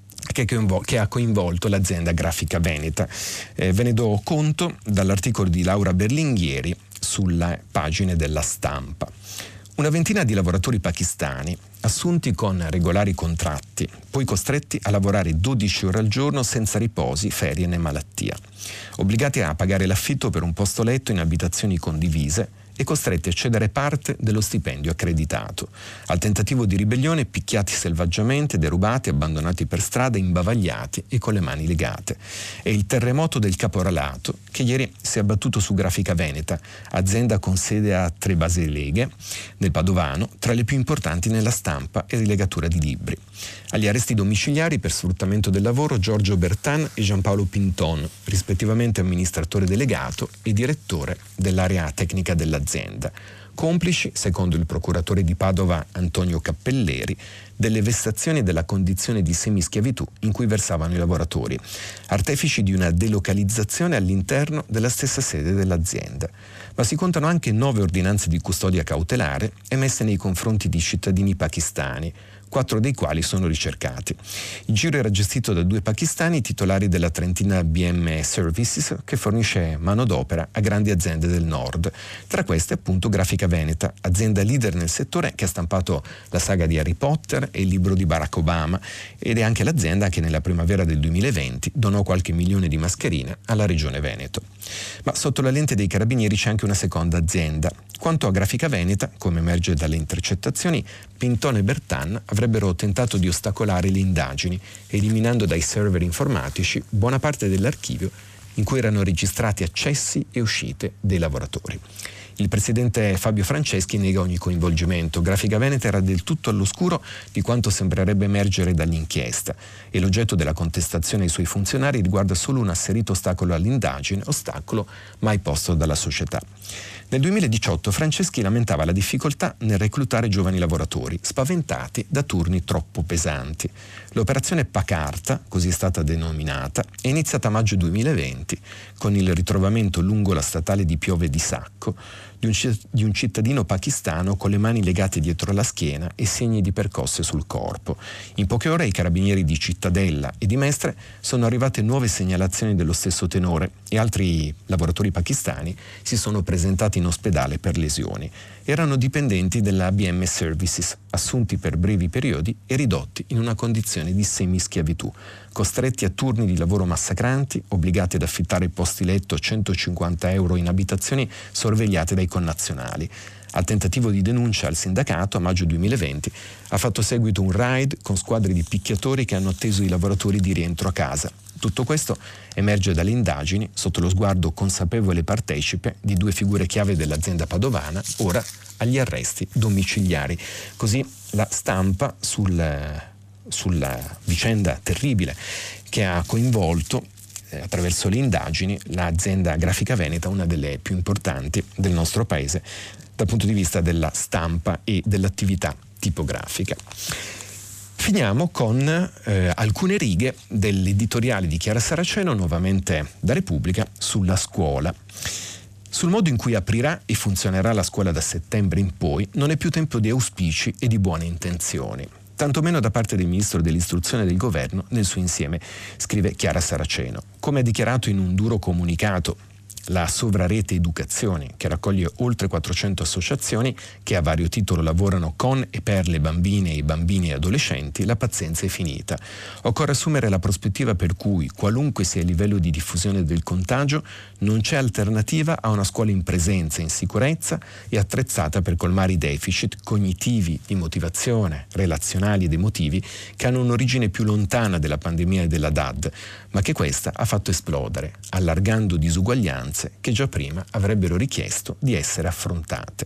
che ha coinvolto l'azienda Grafica Veneta. Ve ne do conto dall'articolo di Laura Berlinghieri sulle pagine della Stampa. Una ventina di lavoratori pakistani, assunti con regolari contratti, poi costretti a lavorare 12 ore al giorno senza riposi, ferie né malattia, obbligati a pagare l'affitto per un posto letto in abitazioni condivise e costretti a cedere parte dello stipendio accreditato. Al tentativo di ribellione picchiati selvaggiamente, derubati, abbandonati per strada, imbavagliati e con le mani legate. È il terremoto del caporalato che ieri si è abbattuto su Grafica Veneta, azienda con sede a Trebaseleghe, nel Padovano, tra le più importanti nella stampa e rilegatura di libri. Agli arresti domiciliari per sfruttamento del lavoro Giorgio Bertan e Giampaolo Pinton, rispettivamente amministratore delegato e direttore dell'area tecnica dell'azienda. Complici, secondo il procuratore di Padova Antonio Cappelleri, delle vessazioni e della condizione di semischiavitù in cui versavano i lavoratori, artefici di una delocalizzazione all'interno della stessa sede dell'azienda. Ma si contano anche 9 ordinanze di custodia cautelare emesse nei confronti di cittadini pakistani, 4 dei quali sono ricercati. Il giro era gestito da 2 pakistani titolari della trentina BM Services, che fornisce manodopera a grandi aziende del nord. Tra queste appunto Grafica Veneta, azienda leader nel settore che ha stampato la saga di Harry Potter e il libro di Barack Obama, ed è anche l'azienda che nella primavera del 2020 donò qualche milione di mascherine alla regione Veneto. Ma sotto la lente dei carabinieri c'è anche una seconda azienda. Quanto a Grafica Veneta, come emerge dalle intercettazioni, Pinton e Bertan avrebbero tentato di ostacolare le indagini, eliminando dai server informatici buona parte dell'archivio in cui erano registrati accessi e uscite dei lavoratori. Il presidente Fabio Franceschi nega ogni coinvolgimento. Grafica Veneta era del tutto all'oscuro di quanto sembrerebbe emergere dall'inchiesta e l'oggetto della contestazione ai suoi funzionari riguarda solo un asserito ostacolo all'indagine, ostacolo mai posto dalla società. Nel 2018 Franceschi lamentava la difficoltà nel reclutare giovani lavoratori, spaventati da turni troppo pesanti. L'operazione Pacarta, così è stata denominata, è iniziata a maggio 2020 con il ritrovamento lungo la statale di Piove di Sacco, di un cittadino pakistano con le mani legate dietro la schiena e segni di percosse sul corpo. In poche ore ai carabinieri di Cittadella e di Mestre sono arrivate nuove segnalazioni dello stesso tenore e altri lavoratori pakistani si sono presentati in ospedale per lesioni. Erano dipendenti della ABM Services, assunti per brevi periodi e ridotti in una condizione di semischiavitù, costretti a turni di lavoro massacranti, obbligati ad affittare posti letto 150 euro in abitazioni sorvegliate dai connazionali. Al tentativo di denuncia al sindacato, a maggio 2020, ha fatto seguito un raid con squadre di picchiatori che hanno atteso i lavoratori di rientro a casa. Tutto questo emerge dalle indagini sotto lo sguardo consapevole e partecipe di due figure chiave dell'azienda padovana, ora agli arresti domiciliari. Così la stampa sulla vicenda terribile che ha coinvolto attraverso le indagini l'azienda grafica veneta, una delle più importanti del nostro paese dal punto di vista della stampa e dell'attività tipografica. Finiamo con alcune righe dell'editoriale di Chiara Saraceno, nuovamente da Repubblica, sulla scuola. Sul modo in cui aprirà e funzionerà la scuola da settembre in poi non è più tempo di auspici e di buone intenzioni, tantomeno da parte del Ministro dell'Istruzione del Governo nel suo insieme, scrive Chiara Saraceno. Come ha dichiarato in un duro comunicato la Sovrarete Educazione, che raccoglie oltre 400 associazioni che a vario titolo lavorano con e per le bambine e i bambini e adolescenti, la pazienza è finita. Occorre assumere la prospettiva per cui, qualunque sia il livello di diffusione del contagio, non c'è alternativa a una scuola in presenza, in sicurezza e attrezzata per colmare i deficit cognitivi, di motivazione, relazionali ed emotivi che hanno un'origine più lontana della pandemia e della DAD, ma che questa ha fatto esplodere, allargando disuguaglianze che già prima avrebbero richiesto di essere affrontate.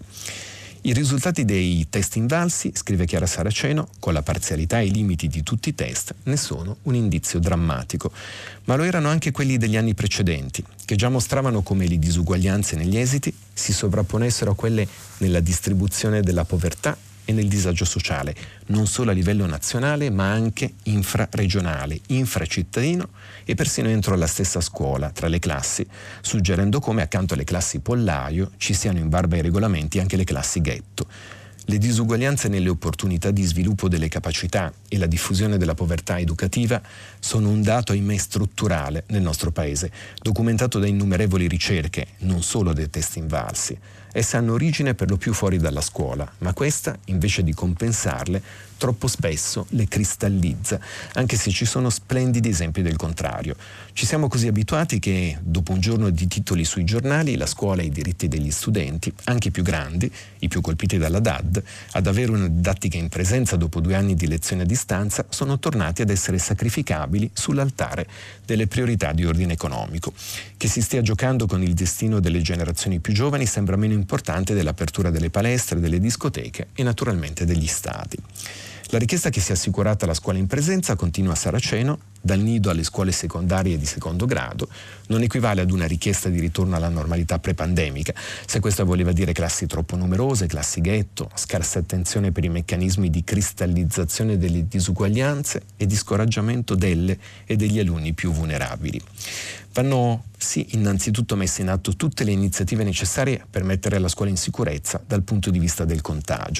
I risultati dei test invalsi, scrive Chiara Saraceno, con la parzialità e i limiti di tutti i test, ne sono un indizio drammatico. Ma lo erano anche quelli degli anni precedenti, che già mostravano come le disuguaglianze negli esiti si sovrapponessero a quelle nella distribuzione della povertà e nel disagio sociale, non solo a livello nazionale ma anche infraregionale, infracittadino e persino entro la stessa scuola, tra le classi, suggerendo come accanto alle classi pollaio ci siano in barba ai regolamenti anche le classi ghetto. Le disuguaglianze nelle opportunità di sviluppo delle capacità e la diffusione della povertà educativa sono un dato ahimè strutturale nel nostro paese, documentato da innumerevoli ricerche, non solo dei test invalsi. Esse hanno origine per lo più fuori dalla scuola, ma questa, invece di compensarle, troppo spesso le cristallizza, anche se ci sono splendidi esempi del contrario. Ci siamo così abituati che, dopo un giorno di titoli sui giornali, la scuola e i diritti degli studenti, anche i più grandi, i più colpiti dalla DAD, ad avere una didattica in presenza dopo 2 anni di lezione a distanza, sono tornati ad essere sacrificabili sull'altare delle priorità di ordine economico. Che si stia giocando con il destino delle generazioni più giovani sembra meno importante dell'apertura delle palestre, delle discoteche e naturalmente degli stadi. La richiesta che sia assicurata la scuola in presenza, continua Saraceno, dal nido alle scuole secondarie di secondo grado, non equivale ad una richiesta di ritorno alla normalità prepandemica, se questa voleva dire classi troppo numerose, classi ghetto, scarsa attenzione per i meccanismi di cristallizzazione delle disuguaglianze e di scoraggiamento delle e degli alunni più vulnerabili. Vanno sì innanzitutto messe in atto tutte le iniziative necessarie per mettere la scuola in sicurezza dal punto di vista del contagio,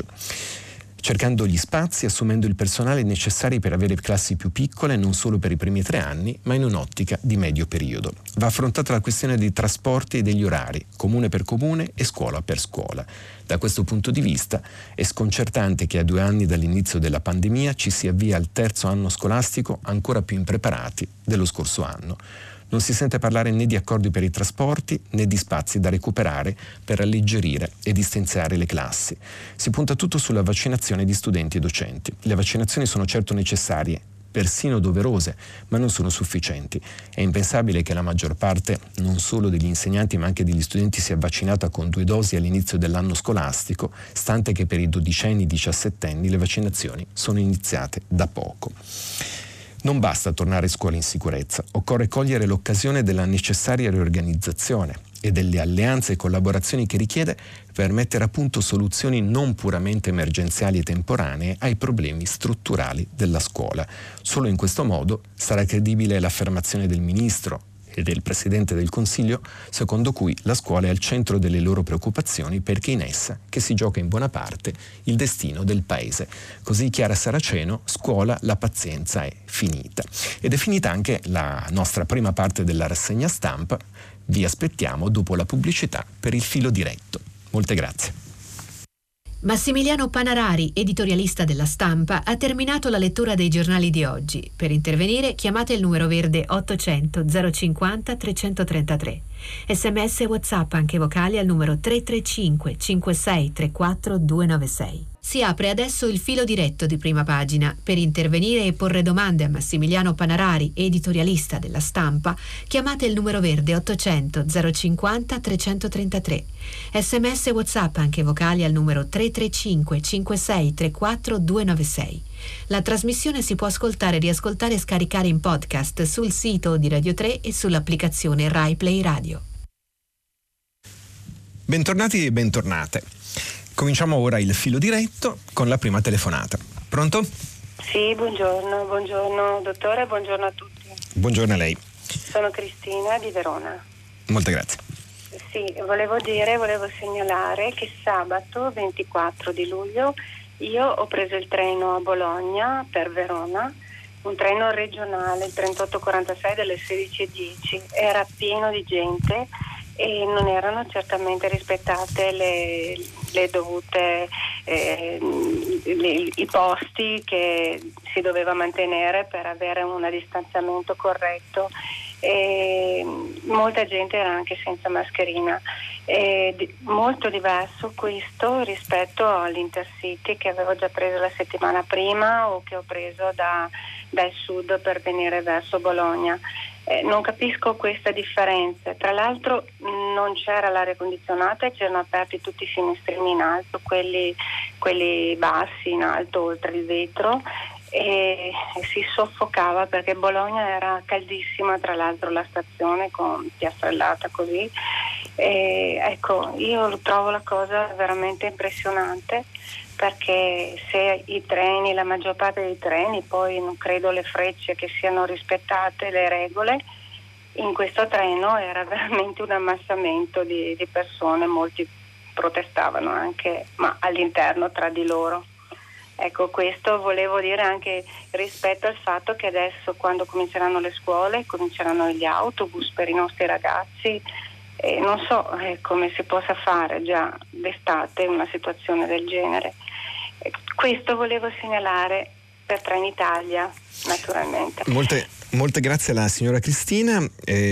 cercando gli spazi, assumendo il personale necessari per avere classi più piccole non solo per i primi 3 anni, ma in un'ottica di medio periodo. Va affrontata la questione dei trasporti e degli orari, comune per comune e scuola per scuola. Da questo punto di vista è sconcertante che a 2 anni dall'inizio della pandemia ci si avvia al 3° anno scolastico ancora più impreparati dello scorso anno. Non si sente parlare né di accordi per i trasporti né di spazi da recuperare per alleggerire e distanziare le classi. Si punta tutto sulla vaccinazione di studenti e docenti. Le vaccinazioni sono certo necessarie, persino doverose, ma non sono sufficienti. È impensabile che la maggior parte, non solo degli insegnanti ma anche degli studenti, sia vaccinata con 2 dosi all'inizio dell'anno scolastico, stante che per i 12enni e 17enni le vaccinazioni sono iniziate da poco. Non basta tornare a scuola in sicurezza, occorre cogliere l'occasione della necessaria riorganizzazione e delle alleanze e collaborazioni che richiede per mettere a punto soluzioni non puramente emergenziali e temporanee ai problemi strutturali della scuola. Solo in questo modo sarà credibile l'affermazione del Ministro e del Presidente del Consiglio, secondo cui la scuola è al centro delle loro preoccupazioni perché in essa che si gioca in buona parte il destino del paese. Così Chiara Saraceno, scuola, la pazienza è finita. Ed è finita anche la nostra prima parte della rassegna stampa. Vi aspettiamo dopo la pubblicità per il filo diretto. Molte grazie. Massimiliano Panarari, editorialista della Stampa, ha terminato la lettura dei giornali di oggi. Per intervenire chiamate il numero verde 800 050 333. SMS e WhatsApp anche vocali al numero 335 56 34 296. Si apre adesso il filo diretto di Prima Pagina. Per intervenire e porre domande a Massimiliano Panarari, editorialista della Stampa, chiamate il numero verde 800 050 333. SMS e WhatsApp anche vocali al numero 335 56 34 296. La trasmissione si può ascoltare, riascoltare e scaricare in podcast sul sito di Radio 3 e sull'applicazione Rai Play Radio. Bentornati e bentornate. Cominciamo ora il filo diretto con la prima telefonata. Pronto? Sì, buongiorno dottore, buongiorno a tutti. Buongiorno a lei. Sono Cristina di Verona. Molte grazie. Sì, volevo segnalare che sabato 24 di luglio io ho preso il treno a Bologna per Verona, un treno regionale, il 3846 delle 16:10. Era pieno di gente e non erano certamente rispettate le dovute i posti che si doveva mantenere per avere un distanziamento corretto. Molta gente era anche senza mascherina. Molto diverso questo rispetto all'Intercity che avevo già preso la settimana prima o che ho preso dal sud per venire verso Bologna. Non capisco questa differenza. Tra l'altro non c'era l'aria condizionata e c'erano aperti tutti i finestrini in alto, quelli bassi in alto oltre il vetro, e si soffocava perché Bologna era caldissima, tra l'altro la stazione con piastrellata così. Ecco, io trovo la cosa veramente impressionante, perché se i treni, la maggior parte dei treni, poi non credo le frecce che siano rispettate le regole, in questo treno era veramente un ammassamento di persone, molti protestavano anche, ma all'interno tra di loro. Ecco, questo volevo dire anche rispetto al fatto che adesso quando cominceranno le scuole, cominceranno gli autobus per i nostri ragazzi, non so come si possa fare già d'estate una situazione del genere. Questo volevo segnalare per Trenitalia, naturalmente. Molte grazie alla signora Cristina,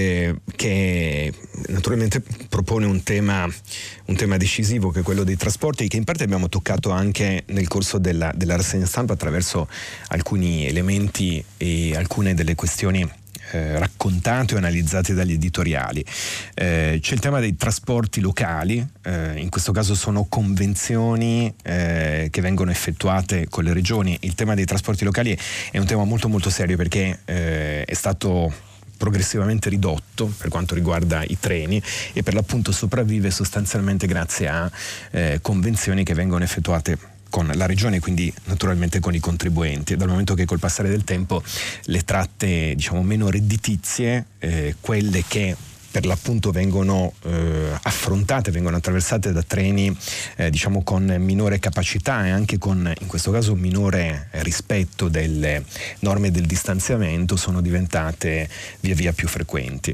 che naturalmente propone un tema decisivo, che è quello dei trasporti, che in parte abbiamo toccato anche nel corso della rassegna stampa attraverso alcuni elementi e alcune delle questioni raccontate o analizzate dagli editoriali. C'è il tema dei trasporti locali, in questo caso sono convenzioni che vengono effettuate con le regioni. Il tema dei trasporti locali è un tema molto molto serio, perché è stato progressivamente ridotto per quanto riguarda i treni e per l'appunto sopravvive sostanzialmente grazie a convenzioni che vengono effettuate con la regione, quindi naturalmente con i contribuenti, dal momento che col passare del tempo le tratte meno redditizie, quelle che per l'appunto vengono affrontate, vengono attraversate da treni con minore capacità e anche con, in questo caso, minore rispetto delle norme del distanziamento, sono diventate via via più frequenti.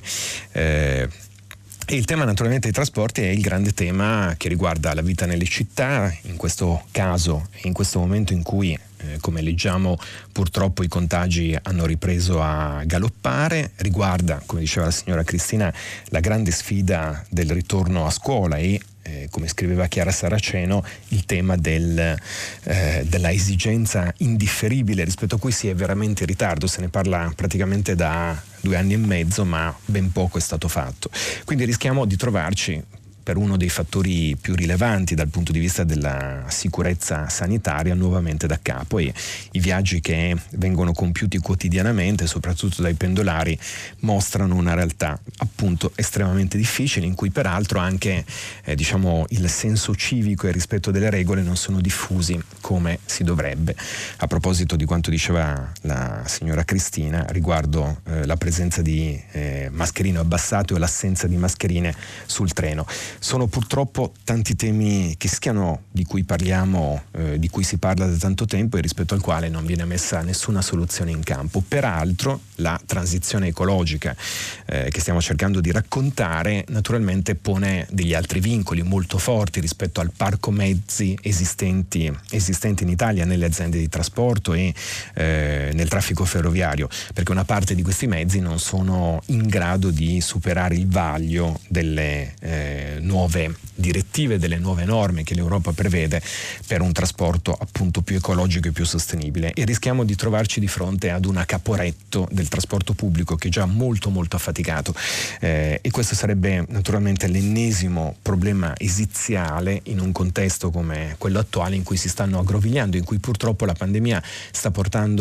E il tema naturalmente dei trasporti è il grande tema che riguarda la vita nelle città, in questo caso e in questo momento in cui, come leggiamo, purtroppo i contagi hanno ripreso a galoppare. Riguarda, come diceva la signora Cristina, la grande sfida del ritorno a scuola e, come scriveva Chiara Saraceno, il tema della esigenza indifferibile rispetto a cui si è veramente in ritardo. Se ne parla praticamente da 2 anni e mezzo, ma ben poco è stato fatto. Quindi rischiamo di trovarci per uno dei fattori più rilevanti dal punto di vista della sicurezza sanitaria nuovamente da capo, e i viaggi che vengono compiuti quotidianamente, soprattutto dai pendolari, mostrano una realtà appunto estremamente difficile, in cui peraltro anche il senso civico e il rispetto delle regole non sono diffusi come si dovrebbe. A proposito di quanto diceva la signora Cristina riguardo la presenza di mascherine abbassate o l'assenza di mascherine sul treno, sono purtroppo tanti temi che rischiano, di cui parliamo, di cui si parla da tanto tempo e rispetto al quale non viene messa nessuna soluzione in campo. Peraltro la transizione ecologica che stiamo cercando di raccontare naturalmente pone degli altri vincoli molto forti rispetto al parco mezzi esistenti in Italia, nelle aziende di trasporto e nel traffico ferroviario, perché una parte di questi mezzi non sono in grado di superare il vaglio delle nuove direttive, delle nuove norme che l'Europa prevede per un trasporto appunto più ecologico e più sostenibile, e rischiamo di trovarci di fronte ad una Caporetto del trasporto pubblico che è già molto molto affaticato, e questo sarebbe naturalmente l'ennesimo problema esiziale in un contesto come quello attuale, in cui si stanno aggrovigliando, in cui purtroppo la pandemia sta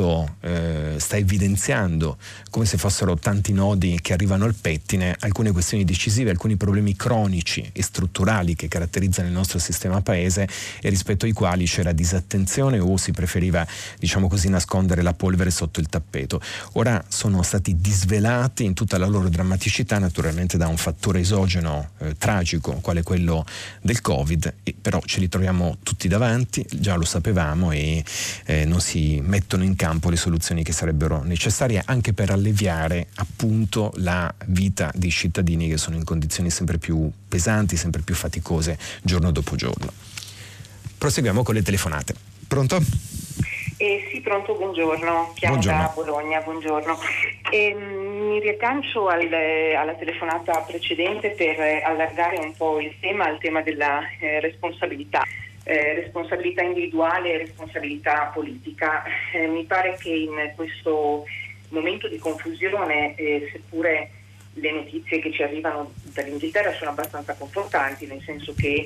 evidenziando, come se fossero tanti nodi che arrivano al pettine, alcune questioni decisive, alcuni problemi cronici e strutturali che caratterizzano il nostro sistema paese e rispetto ai quali c'era disattenzione o si preferiva, nascondere la polvere sotto il tappeto. Ora sono stati disvelati in tutta la loro drammaticità, naturalmente da un fattore esogeno tragico quale quello del Covid, e però ce li troviamo tutti davanti, già lo sapevamo, e non si mettono in campo le soluzioni che sarebbero necessarie anche per alleviare appunto la vita dei cittadini, che sono in condizioni sempre più pesanti, sempre più faticose giorno dopo giorno. Proseguiamo con le telefonate. Pronto? Sì, pronto, buongiorno. Chiamo da Bologna, buongiorno. Mi riaggancio alla telefonata precedente per allargare un po' il tema al tema della responsabilità individuale e responsabilità politica. Mi pare che in questo momento di confusione, seppure le notizie che ci arrivano dall'Inghilterra sono abbastanza confortanti, nel senso che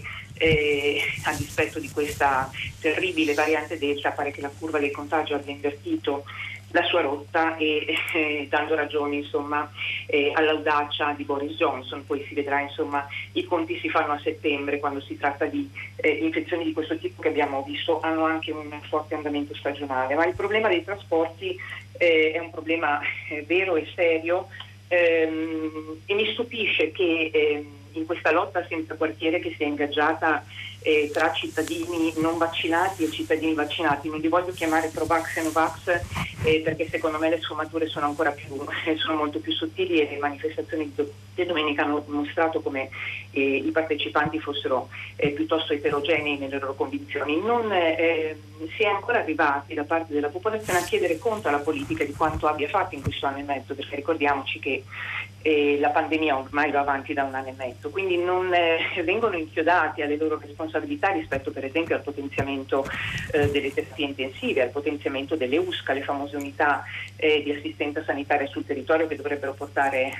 a dispetto di questa terribile variante Delta pare che la curva del contagio abbia invertito la sua rotta e dando ragioni all'audacia di Boris Johnson. Poi si vedrà, i conti si fanno a settembre, quando si tratta di infezioni di questo tipo che abbiamo visto hanno anche un forte andamento stagionale. Ma il problema dei trasporti è un problema vero e serio, e mi stupisce che in questa lotta senza quartiere che si è ingaggiata tra cittadini non vaccinati e cittadini vaccinati, non li voglio chiamare pro-vax e no-vax perché secondo me le sfumature sono molto più sottili, e le manifestazioni di domenica hanno mostrato come i partecipanti fossero piuttosto eterogenei nelle loro convinzioni. Non si è ancora arrivati da parte della popolazione a chiedere conto alla politica di quanto abbia fatto in questo anno e mezzo, perché ricordiamoci che la pandemia ormai va avanti da un anno e mezzo, quindi non vengono inchiodati alle loro responsabilità rispetto per esempio al potenziamento delle terapie intensive, al potenziamento delle USCA, le famose unità di assistenza sanitaria sul territorio che dovrebbero portare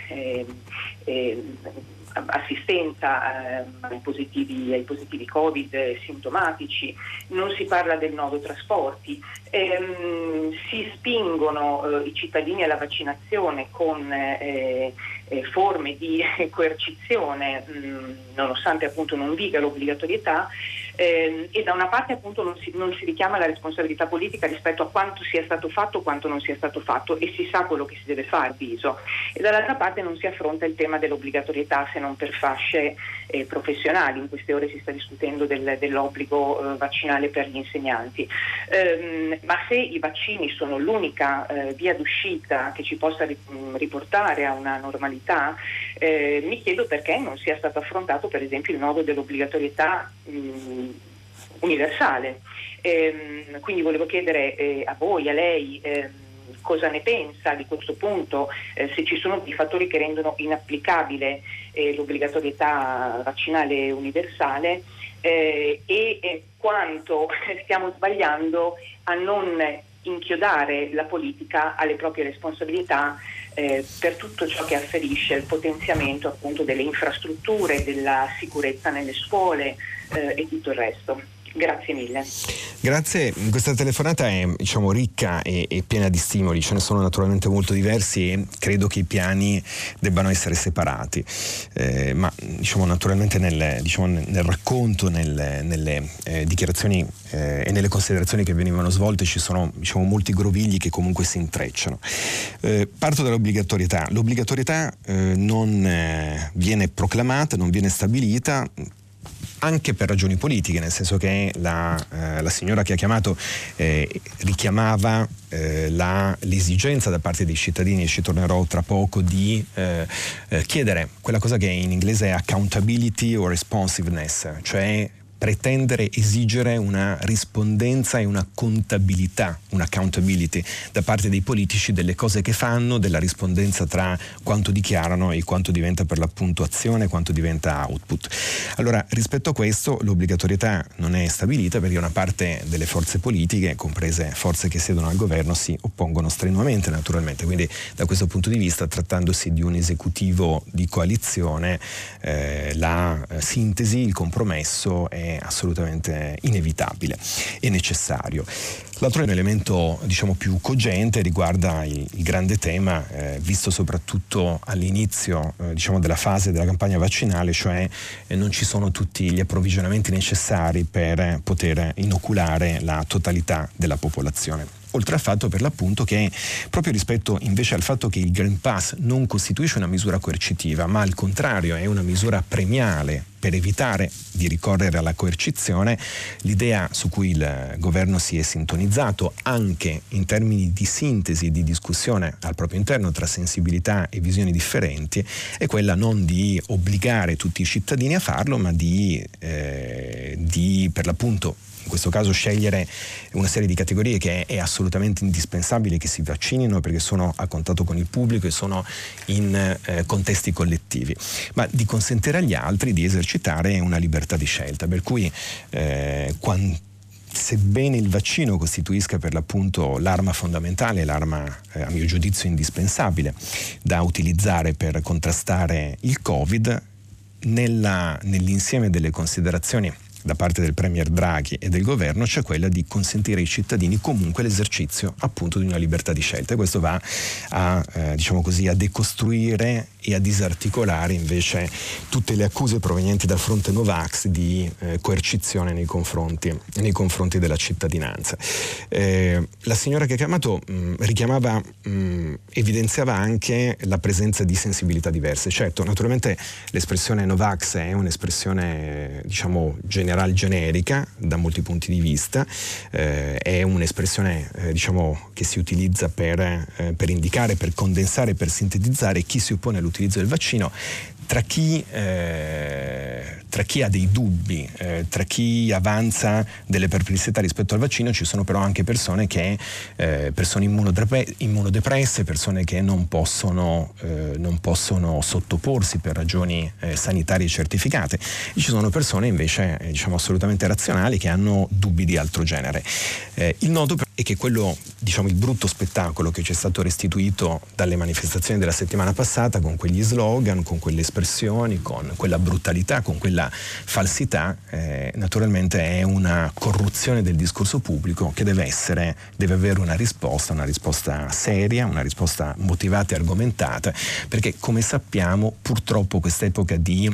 assistenza ai positivi Covid sintomatici. Non si parla del nodo trasporti, si spingono i cittadini alla vaccinazione con forme di coercizione, nonostante appunto non viga l'obbligatorietà, e da una parte appunto non si richiama la responsabilità politica rispetto a quanto sia stato fatto, quanto non sia stato fatto, e si sa quello che si deve fare, avviso, e dall'altra parte non si affronta il tema dell'obbligatorietà se non per fasce professionali. In queste ore si sta discutendo dell'obbligo vaccinale per gli insegnanti, ma se i vaccini sono l'unica via d'uscita che ci possa riportare a una normalità, mi chiedo perché non sia stato affrontato per esempio il nodo dell'obbligatorietà universale. Quindi volevo chiedere a voi, a lei, cosa ne pensa di questo punto, se ci sono dei fattori che rendono inapplicabile l'obbligatorietà vaccinale universale, e quanto stiamo sbagliando a non inchiodare la politica alle proprie responsabilità per tutto ciò che afferisce al potenziamento appunto delle infrastrutture, della sicurezza nelle scuole e tutto il resto. Grazie mille. Grazie, questa telefonata è ricca e piena di stimoli, ce ne sono naturalmente molto diversi e credo che i piani debbano essere separati, ma naturalmente nel racconto, nelle dichiarazioni e nelle considerazioni che venivano svolte ci sono molti grovigli che comunque si intrecciano. Parto dall'obbligatorietà. L'obbligatorietà non viene proclamata, non viene stabilita, anche per ragioni politiche, nel senso che la signora che ha chiamato richiamava l'esigenza da parte dei cittadini, e ci tornerò tra poco, di chiedere quella cosa che in inglese è accountability o responsiveness, cioè pretendere, esigere una rispondenza e una contabilità, una accountability da parte dei politici delle cose che fanno, della rispondenza tra quanto dichiarano e quanto diventa per l'appunto azione, quanto diventa output. Allora, rispetto a questo, l'obbligatorietà non è stabilita perché una parte delle forze politiche, comprese forze che siedono al governo, si oppongono strenuamente, naturalmente. Quindi da questo punto di vista, trattandosi di un esecutivo di coalizione, la sintesi, il compromesso è assolutamente inevitabile e necessario. L'altro elemento più cogente riguarda il grande tema visto soprattutto all'inizio della fase della campagna vaccinale, cioè non ci sono tutti gli approvvigionamenti necessari per poter inoculare la totalità della popolazione. Oltre al fatto, per l'appunto, che proprio rispetto invece al fatto che il Green Pass non costituisce una misura coercitiva, ma al contrario è una misura premiale per evitare di ricorrere alla coercizione, l'idea su cui il governo si è sintonizzato anche in termini di sintesi, di discussione al proprio interno tra sensibilità e visioni differenti, è quella non di obbligare tutti i cittadini a farlo, ma di per l'appunto in questo caso scegliere una serie di categorie che è assolutamente indispensabile che si vaccinino perché sono a contatto con il pubblico e sono in contesti collettivi, ma di consentire agli altri di esercitare una libertà di scelta, per cui sebbene il vaccino costituisca per l'appunto l'arma fondamentale, l'arma a mio giudizio indispensabile da utilizzare per contrastare il Covid, nell'insieme delle considerazioni da parte del Premier Draghi e del governo c'è quella di consentire ai cittadini comunque l'esercizio appunto di una libertà di scelta, e questo va a a decostruire e a disarticolare invece tutte le accuse provenienti dal fronte Novax di coercizione nei confronti della cittadinanza. La signora che ha chiamato evidenziava anche la presenza di sensibilità diverse. Certo, naturalmente l'espressione Novax è un'espressione generica da molti punti di vista, è un'espressione che si utilizza per indicare, per condensare, per sintetizzare chi si oppone all'utilizzo del vaccino. Tra chi ha dei dubbi, tra chi avanza delle perplessità rispetto al vaccino, ci sono però anche persone immunodepresse, persone che non possono sottoporsi per ragioni sanitarie certificate, e ci sono persone invece assolutamente razionali che hanno dubbi di altro genere. Il nodo è che quello, il brutto spettacolo che ci è stato restituito dalle manifestazioni della settimana passata, con quegli slogan, con quelle espressioni, con quella brutalità, con quella falsità, naturalmente è una corruzione del discorso pubblico che deve avere una risposta seria, una risposta motivata e argomentata, perché come sappiamo purtroppo quest'epoca di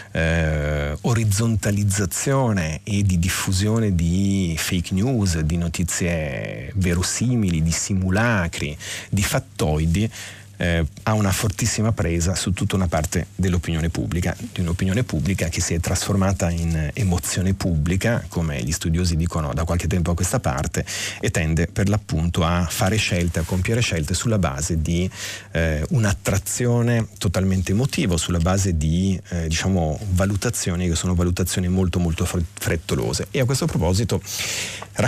orizzontalizzazione e di diffusione di fake news, di notizie verosimili, di simulacri, di fattoidi, ha una fortissima presa su tutta una parte dell'opinione pubblica, di un'opinione pubblica che si è trasformata in emozione pubblica, come gli studiosi dicono da qualche tempo a questa parte, e tende per l'appunto a fare scelte, a compiere scelte sulla base di un'attrazione totalmente emotiva, sulla base di valutazioni che sono valutazioni molto molto frettolose. E a questo proposito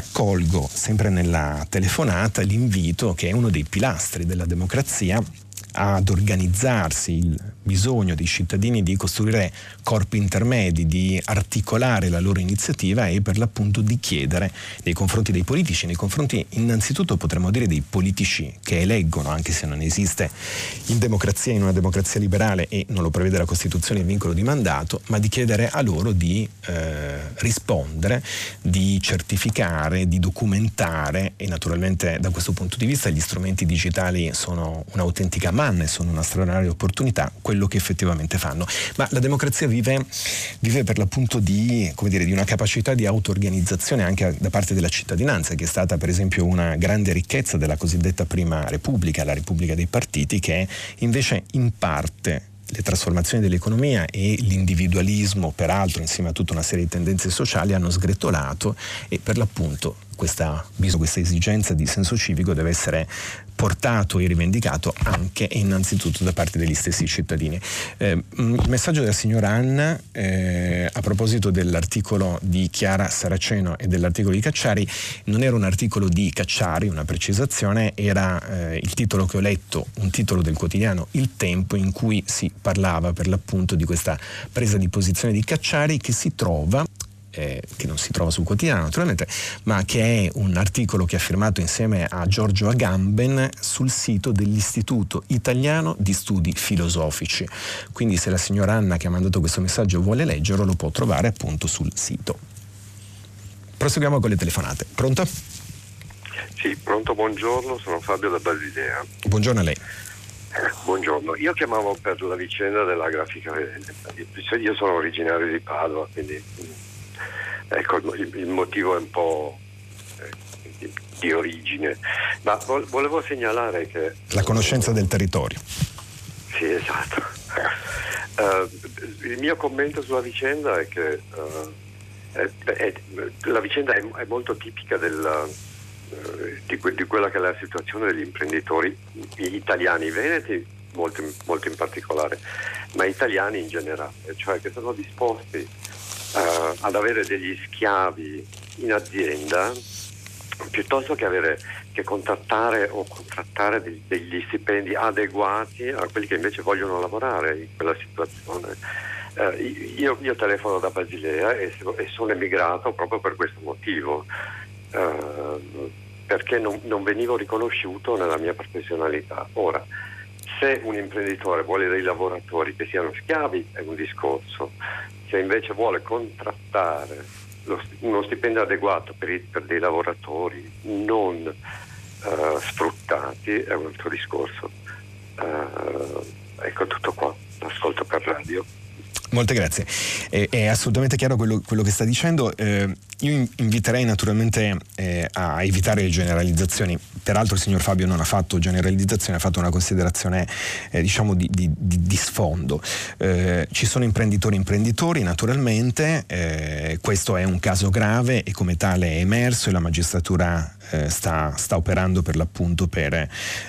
raccolgo sempre nella telefonata l'invito, che è uno dei pilastri della democrazia, ad organizzarsi, il bisogno dei cittadini di costruire corpi intermedi, di articolare la loro iniziativa e per l'appunto di chiedere nei confronti dei politici, nei confronti innanzitutto potremmo dire dei politici che eleggono, anche se non esiste in democrazia, in una democrazia liberale e non lo prevede la Costituzione il vincolo di mandato, ma di chiedere a loro di rispondere, di certificare, di documentare, e naturalmente da questo punto di vista gli strumenti digitali sono un'autentica manna e sono una straordinaria opportunità, quello che effettivamente fanno. Ma la democrazia vive per l'appunto di una capacità di auto-organizzazione anche da parte della cittadinanza, che è stata per esempio una grande ricchezza della cosiddetta Prima Repubblica, la Repubblica dei partiti, che invece in parte le trasformazioni dell'economia e l'individualismo, peraltro insieme a tutta una serie di tendenze sociali, hanno sgretolato, e per l'appunto questa esigenza di senso civico deve essere portato e rivendicato anche e innanzitutto da parte degli stessi cittadini. Il messaggio della signora Anna a proposito dell'articolo di Chiara Saraceno e dell'articolo di Cacciari non era un articolo di Cacciari, una precisazione, era il titolo che ho letto, un titolo del quotidiano Il Tempo, in cui si parlava per l'appunto di questa presa di posizione di Cacciari che si trova che non si trova sul quotidiano naturalmente, ma che è un articolo che ha firmato insieme a Giorgio Agamben sul sito dell'Istituto Italiano di Studi Filosofici. Quindi se la signora Anna che ha mandato questo messaggio vuole leggerlo, lo può trovare appunto sul sito. Proseguiamo con le telefonate. Pronto? Sì, pronto, buongiorno, sono Fabio da Basilea. Buongiorno a lei. Buongiorno, io chiamavo per la vicenda della Grafica Veneta. Io sono originario di Padova, quindi ecco, il motivo è un po' di origine, ma volevo segnalare che la conoscenza del territorio. Sì, esatto. Il mio commento sulla vicenda è che la vicenda è molto tipica di quella che è la situazione degli imprenditori italiani, veneti molto in particolare, ma italiani in generale, cioè che sono disposti ad avere degli schiavi in azienda piuttosto che contrattare degli stipendi adeguati a quelli che invece vogliono lavorare in quella situazione. Io telefono da Basilea e sono emigrato proprio per questo motivo, perché non venivo riconosciuto nella mia professionalità. Ora, se un imprenditore vuole dei lavoratori che siano schiavi è un discorso, se invece vuole contrattare uno stipendio adeguato per dei lavoratori non sfruttati è un altro discorso. Ecco, tutto qua, l'ascolto per radio. Molte grazie. È assolutamente chiaro quello che sta dicendo. Io inviterei naturalmente a evitare le generalizzazioni. Peraltro il signor Fabio non ha fatto generalizzazione, ha fatto una considerazione di sfondo. Ci sono imprenditori naturalmente, questo è un caso grave e come tale è emerso e la magistratura sta operando per l'appunto per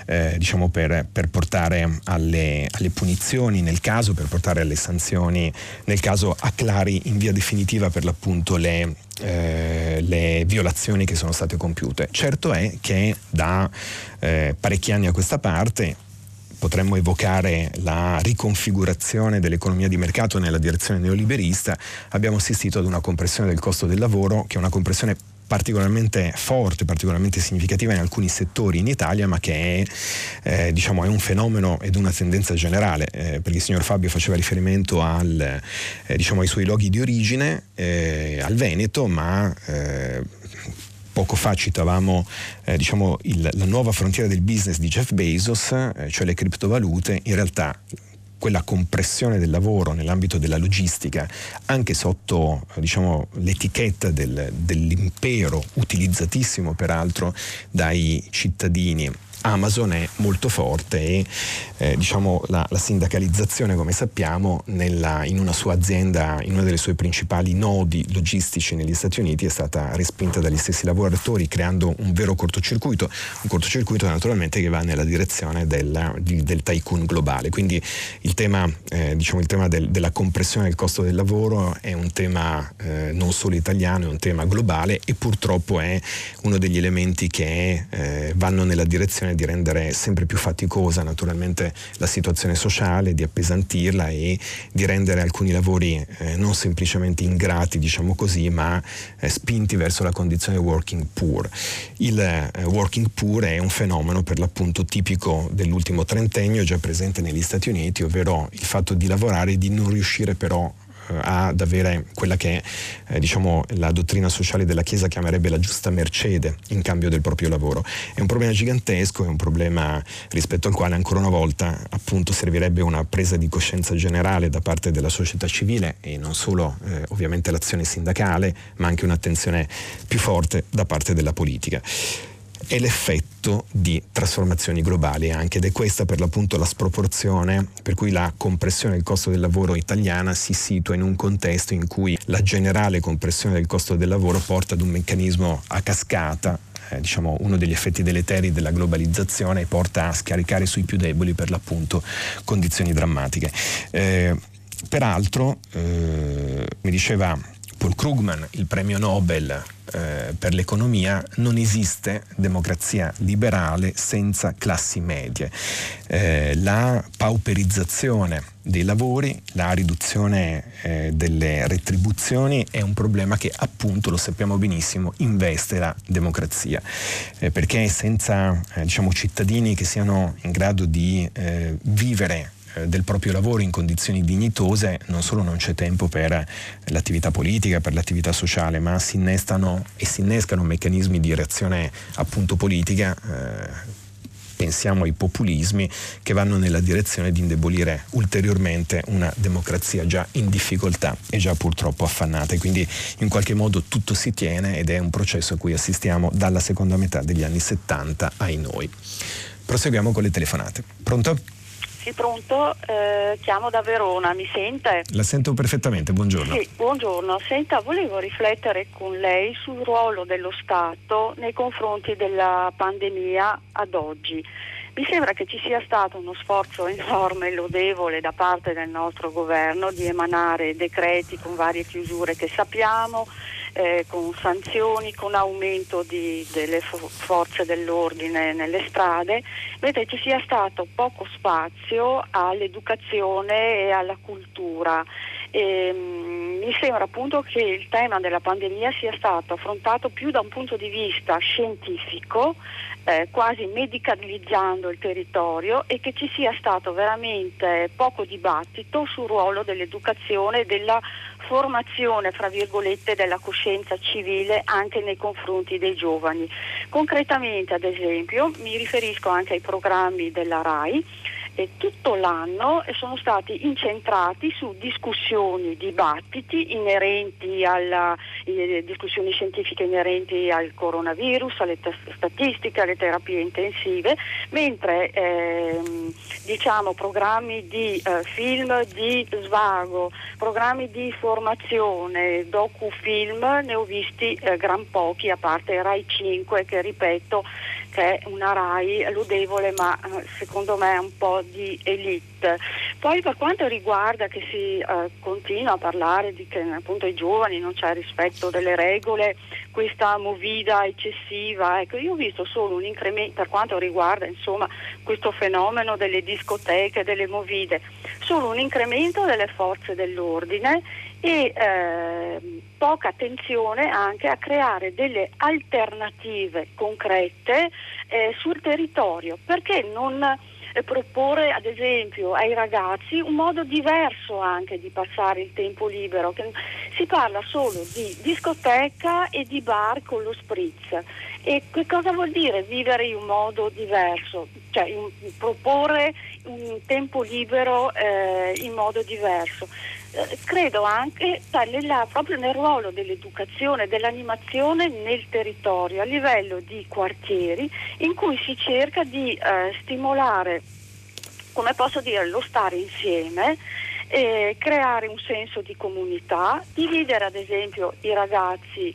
portare alle punizioni nel caso, per portare alle sanzioni nel caso, acclari in via definitiva per l'appunto le violazioni che sono state compiute. Certo è che da parecchi anni a questa parte potremmo evocare la riconfigurazione dell'economia di mercato nella direzione neoliberista. Abbiamo assistito ad una compressione del costo del lavoro, che è una compressione particolarmente forte, particolarmente significativa in alcuni settori in Italia, ma che è un fenomeno ed una tendenza generale, perché il signor Fabio faceva riferimento ai suoi luoghi di origine, al Veneto, ma poco fa citavamo la nuova frontiera del business di Jeff Bezos, cioè le criptovalute. In realtà quella compressione del lavoro nell'ambito della logistica, anche sotto l'etichetta dell'impero, utilizzatissimo peraltro dai cittadini. Amazon è molto forte e la sindacalizzazione, come sappiamo, in una sua azienda, in uno dei suoi principali nodi logistici negli Stati Uniti, è stata respinta dagli stessi lavoratori, creando un vero cortocircuito naturalmente che va nella direzione del tycoon globale. Quindi il tema della compressione del costo del lavoro è un tema non solo italiano, è un tema globale e purtroppo è uno degli elementi che vanno nella direzione situazione, di rendere sempre più faticosa naturalmente la situazione sociale, di appesantirla e di rendere alcuni lavori non semplicemente ingrati, diciamo così, ma spinti verso la condizione working poor. Il working poor è un fenomeno per l'appunto tipico dell'ultimo trentennio, già presente negli Stati Uniti, ovvero il fatto di lavorare e di non riuscire però ad avere quella che diciamo la dottrina sociale della Chiesa chiamerebbe la giusta mercede in cambio del proprio lavoro. È un problema gigantesco, è un problema rispetto al quale ancora una volta appunto servirebbe una presa di coscienza generale da parte della società civile e non solo ovviamente l'azione sindacale, ma anche un'attenzione più forte da parte della politica. È l'effetto di trasformazioni globali anche, ed è questa per l'appunto la sproporzione per cui la compressione del costo del lavoro italiana si situa in un contesto in cui la generale compressione del costo del lavoro porta ad un meccanismo a cascata, diciamo uno degli effetti deleteri della globalizzazione, porta a scaricare sui più deboli per l'appunto condizioni drammatiche. Peraltro mi diceva Paul Krugman, il premio Nobel per l'economia, non esiste democrazia liberale senza classi medie. La pauperizzazione dei lavori, la riduzione delle retribuzioni è un problema che appunto, lo sappiamo benissimo, investe la democrazia, perché senza diciamo cittadini che siano in grado di vivere del proprio lavoro in condizioni dignitose, non solo non c'è tempo per l'attività politica, per l'attività sociale, ma si innescano meccanismi di reazione appunto politica, pensiamo ai populismi che vanno nella direzione di indebolire ulteriormente una democrazia già in difficoltà e già purtroppo affannata, e quindi in qualche modo tutto si tiene ed è un processo a cui assistiamo dalla seconda metà degli anni 70 ai noi. Proseguiamo con le telefonate. Pronto? Sì, pronto, chiamo da Verona, mi sente? La sento perfettamente, buongiorno. Sì, buongiorno. Senta, volevo riflettere con lei sul ruolo dello Stato nei confronti della pandemia ad oggi. Mi sembra che ci sia stato uno sforzo enorme e lodevole da parte del nostro governo di emanare decreti con varie chiusure che sappiamo, con sanzioni, con aumento delle forze dell'ordine nelle strade, mentre ci sia stato poco spazio all'educazione e alla cultura. Mi sembra appunto che il tema della pandemia sia stato affrontato più da un punto di vista scientifico, quasi medicalizzando il territorio, e che ci sia stato veramente poco dibattito sul ruolo dell'educazione e della formazione, fra virgolette, della coscienza civile anche nei confronti dei giovani. Concretamente, ad esempio, mi riferisco anche ai programmi della RAI, e tutto l'anno sono stati incentrati su discussioni, dibattiti inerenti alla discussioni scientifiche inerenti al coronavirus, alle statistiche, alle terapie intensive, mentre diciamo programmi di film di svago, programmi di formazione, docufilm ne ho visti gran pochi, a parte Rai 5, che ripeto che è una RAI lodevole, ma secondo me è un po' di elite. Poi per quanto riguarda che si continua a parlare di che appunto ai giovani non c'è rispetto delle regole, questa movida eccessiva, ecco, io ho visto solo un incremento per quanto riguarda insomma questo fenomeno delle discoteche, delle movide, solo un incremento delle forze dell'ordine e poca attenzione anche a creare delle alternative concrete sul territorio. Perché non proporre ad esempio ai ragazzi un modo diverso anche di passare il tempo libero, che si parla solo di discoteca e di bar con lo spritz. E che cosa vuol dire vivere in un modo diverso? Cioè proporre un tempo libero in modo diverso. Credo anche proprio nel ruolo dell'educazione, dell'animazione nel territorio, a livello di quartieri, in cui si cerca di stimolare, come posso dire, lo stare insieme, creare un senso di comunità, dividere ad esempio i ragazzi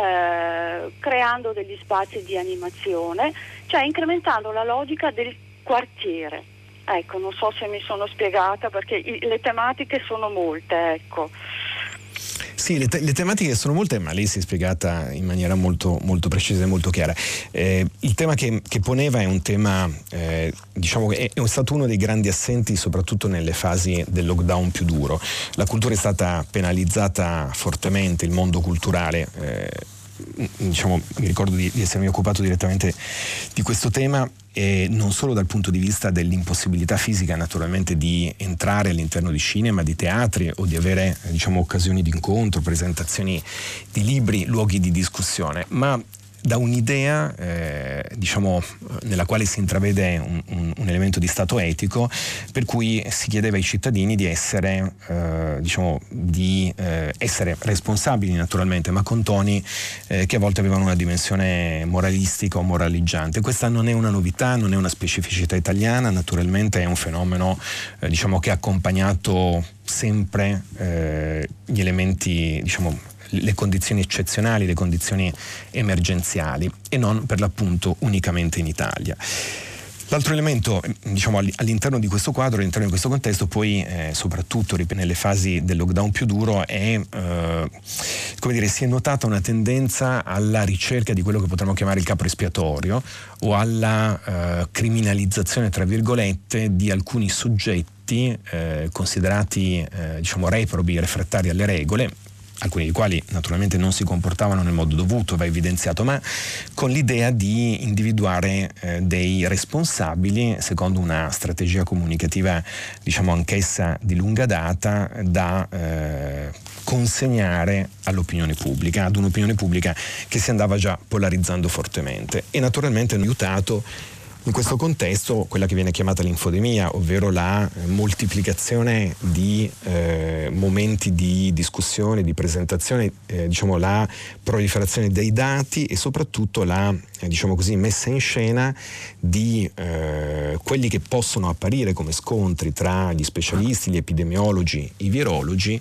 creando degli spazi di animazione, cioè incrementando la logica del quartiere. Ecco, non so se mi sono spiegata, perché le tematiche sono molte, ecco. Sì, le tematiche sono molte, ma lei si è spiegata in maniera molto, molto precisa e molto chiara. Il tema che poneva è un tema, diciamo che è stato uno dei grandi assenti soprattutto nelle fasi del lockdown più duro. La cultura è stata penalizzata fortemente, il mondo culturale. Diciamo, mi ricordo di essermi occupato direttamente di questo tema, e non solo dal punto di vista dell'impossibilità fisica naturalmente di entrare all'interno di cinema, di teatri o di avere, diciamo, occasioni di incontro, presentazioni di libri, luoghi di discussione, ma da un'idea diciamo nella quale si intravede un elemento di stato etico, per cui si chiedeva ai cittadini di essere diciamo di essere responsabili naturalmente, ma con toni che a volte avevano una dimensione moralistica o moraleggiante. Questa non è una novità, non è una specificità italiana, naturalmente è un fenomeno diciamo che ha accompagnato sempre gli elementi, diciamo, le condizioni eccezionali, le condizioni emergenziali, e non per l'appunto unicamente in Italia. L'altro elemento, diciamo, all'interno di questo quadro, all'interno di questo contesto, poi soprattutto nelle fasi del lockdown più duro, è come dire, si è notata una tendenza alla ricerca di quello che potremmo chiamare il capro espiatorio, o alla criminalizzazione, tra virgolette, di alcuni soggetti considerati diciamo reprobi, refrattari alle regole, alcuni dei quali naturalmente non si comportavano nel modo dovuto, va evidenziato, ma con l'idea di individuare dei responsabili secondo una strategia comunicativa, diciamo anch'essa di lunga data, da consegnare all'opinione pubblica, ad un'opinione pubblica che si andava già polarizzando fortemente. E naturalmente hanno aiutato in questo contesto quella che viene chiamata l'infodemia, ovvero la moltiplicazione di momenti di discussione, di presentazione, diciamo la proliferazione dei dati e soprattutto la, diciamo così, messa in scena di quelli che possono apparire come scontri tra gli specialisti, gli epidemiologi, i virologi,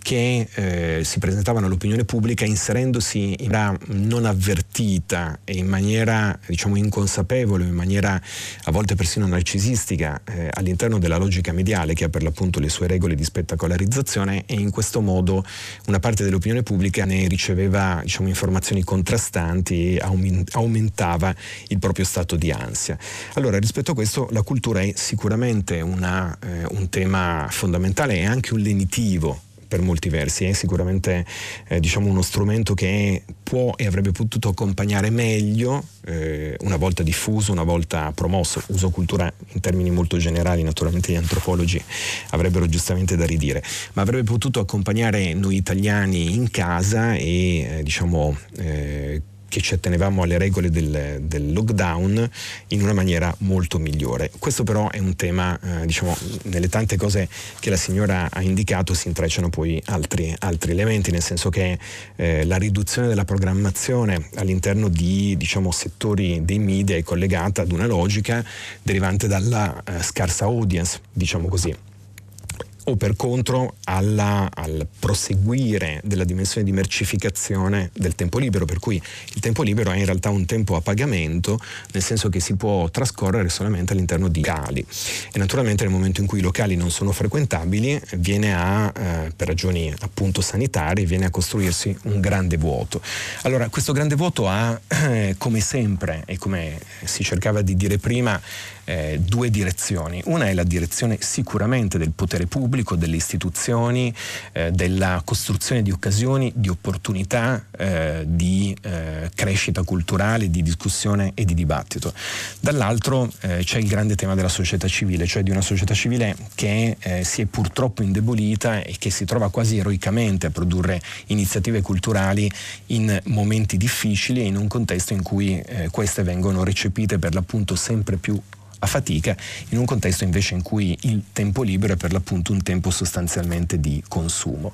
che si presentavano all'opinione pubblica inserendosi in maniera non avvertita e in maniera, diciamo, inconsapevole, in maniera a volte persino narcisistica all'interno della logica mediale, che ha per l'appunto le sue regole di spettacolarizzazione, e in questo modo una parte dell'opinione pubblica ne riceveva, diciamo, informazioni contrastanti e aumentava il proprio stato di ansia. Allora, rispetto a questo, la cultura è sicuramente un tema fondamentale e anche un lenitivo per molti versi, è sicuramente diciamo uno strumento che può e avrebbe potuto accompagnare meglio, una volta diffuso, una volta promosso. Uso cultura in termini molto generali, naturalmente gli antropologi avrebbero giustamente da ridire, ma avrebbe potuto accompagnare noi italiani in casa e diciamo che ci attenevamo alle regole del lockdown in una maniera molto migliore. Questo però è un tema, diciamo, nelle tante cose che la signora ha indicato si intrecciano poi altri elementi, nel senso che la riduzione della programmazione all'interno di, diciamo, settori dei media è collegata ad una logica derivante dalla scarsa audience, diciamo così, o per contro al proseguire della dimensione di mercificazione del tempo libero, per cui il tempo libero è in realtà un tempo a pagamento, nel senso che si può trascorrere solamente all'interno di locali, e naturalmente nel momento in cui i locali non sono frequentabili viene per ragioni appunto sanitarie, viene a costruirsi un grande vuoto. Allora, questo grande vuoto ha come sempre, e come si cercava di dire prima, due direzioni. Una è la direzione sicuramente del potere pubblico, delle istituzioni, della costruzione di occasioni, di opportunità, di crescita culturale, di discussione e di dibattito. Dall'altro c'è il grande tema della società civile, cioè di una società civile che si è purtroppo indebolita e che si trova quasi eroicamente a produrre iniziative culturali in momenti difficili e in un contesto in cui queste vengono recepite per l'appunto sempre più a fatica, in un contesto invece in cui il tempo libero è per l'appunto un tempo sostanzialmente di consumo.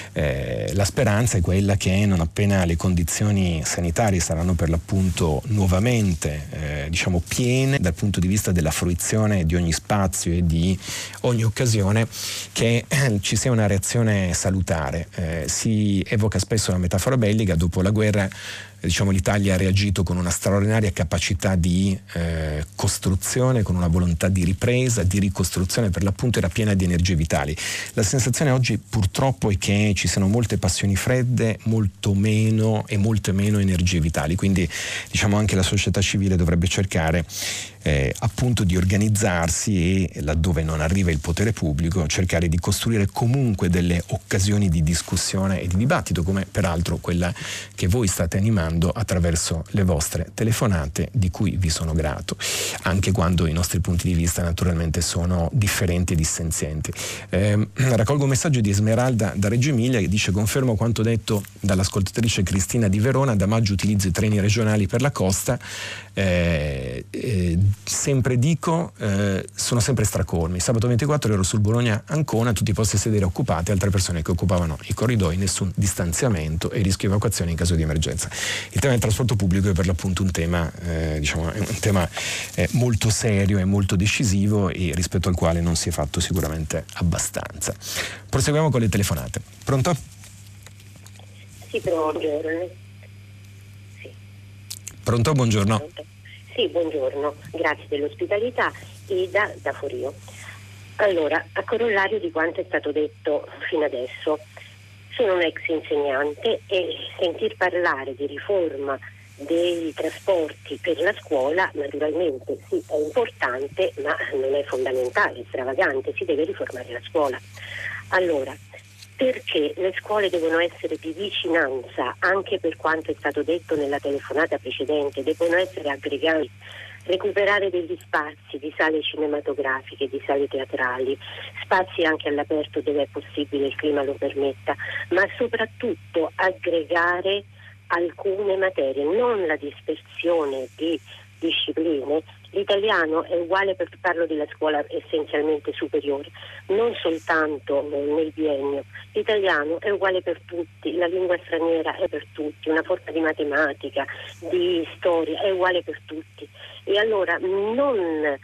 La speranza è quella che non appena le condizioni sanitarie saranno per l'appunto nuovamente diciamo piene dal punto di vista della fruizione di ogni spazio e di ogni occasione, che ci sia una reazione salutare. Si evoca spesso la metafora bellica: dopo la guerra l'Italia ha reagito con una straordinaria capacità di costruzione, con una volontà di ripresa, di ricostruzione, per l'appunto era piena di energie vitali. La sensazione oggi purtroppo è che ci siano molte passioni fredde, molte meno energie vitali, quindi anche la società civile dovrebbe cercare appunto di organizzarsi e, laddove non arriva il potere pubblico, cercare di costruire comunque delle occasioni di discussione e di dibattito, come peraltro quella che voi state animando attraverso le vostre telefonate, di cui vi sono grato, anche quando i nostri punti di vista naturalmente sono differenti e dissenzienti. Raccolgo un messaggio di Esmeralda da Reggio Emilia che dice: confermo quanto detto dall'ascoltatrice Cristina di Verona, da maggio utilizzo i treni regionali per la costa, sempre dico, sono sempre stracolmi. Sabato 24 ero sul Bologna-Ancona, tutti i posti a sedere occupati, altre persone che occupavano i corridoi, nessun distanziamento e rischio evacuazione in caso di emergenza. Il tema del trasporto pubblico è per l'appunto un tema molto serio e molto decisivo, e rispetto al quale non si è fatto sicuramente abbastanza. Proseguiamo con le telefonate. Pronto? Sì, buongiorno. Sì. Pronto, buongiorno. Pronto. Sì, buongiorno, grazie dell'ospitalità e da Forio. Allora, a corollario di quanto è stato detto fino adesso, sono un ex insegnante e sentir parlare di riforma dei trasporti per la scuola naturalmente sì, è importante, ma non è fondamentale, è stravagante, si deve riformare la scuola. Allora, perché le scuole devono essere di vicinanza, anche per quanto è stato detto nella telefonata precedente, devono essere aggregati, recuperare degli spazi di sale cinematografiche, di sale teatrali, spazi anche all'aperto dove è possibile, il clima lo permetta, ma soprattutto aggregare alcune materie, non la dispersione di discipline. L'italiano è uguale, perché parlo della scuola essenzialmente superiore, non soltanto nel biennio. L'italiano è uguale per tutti, la lingua straniera è per tutti, una forma di matematica, di storia è uguale per tutti. E allora non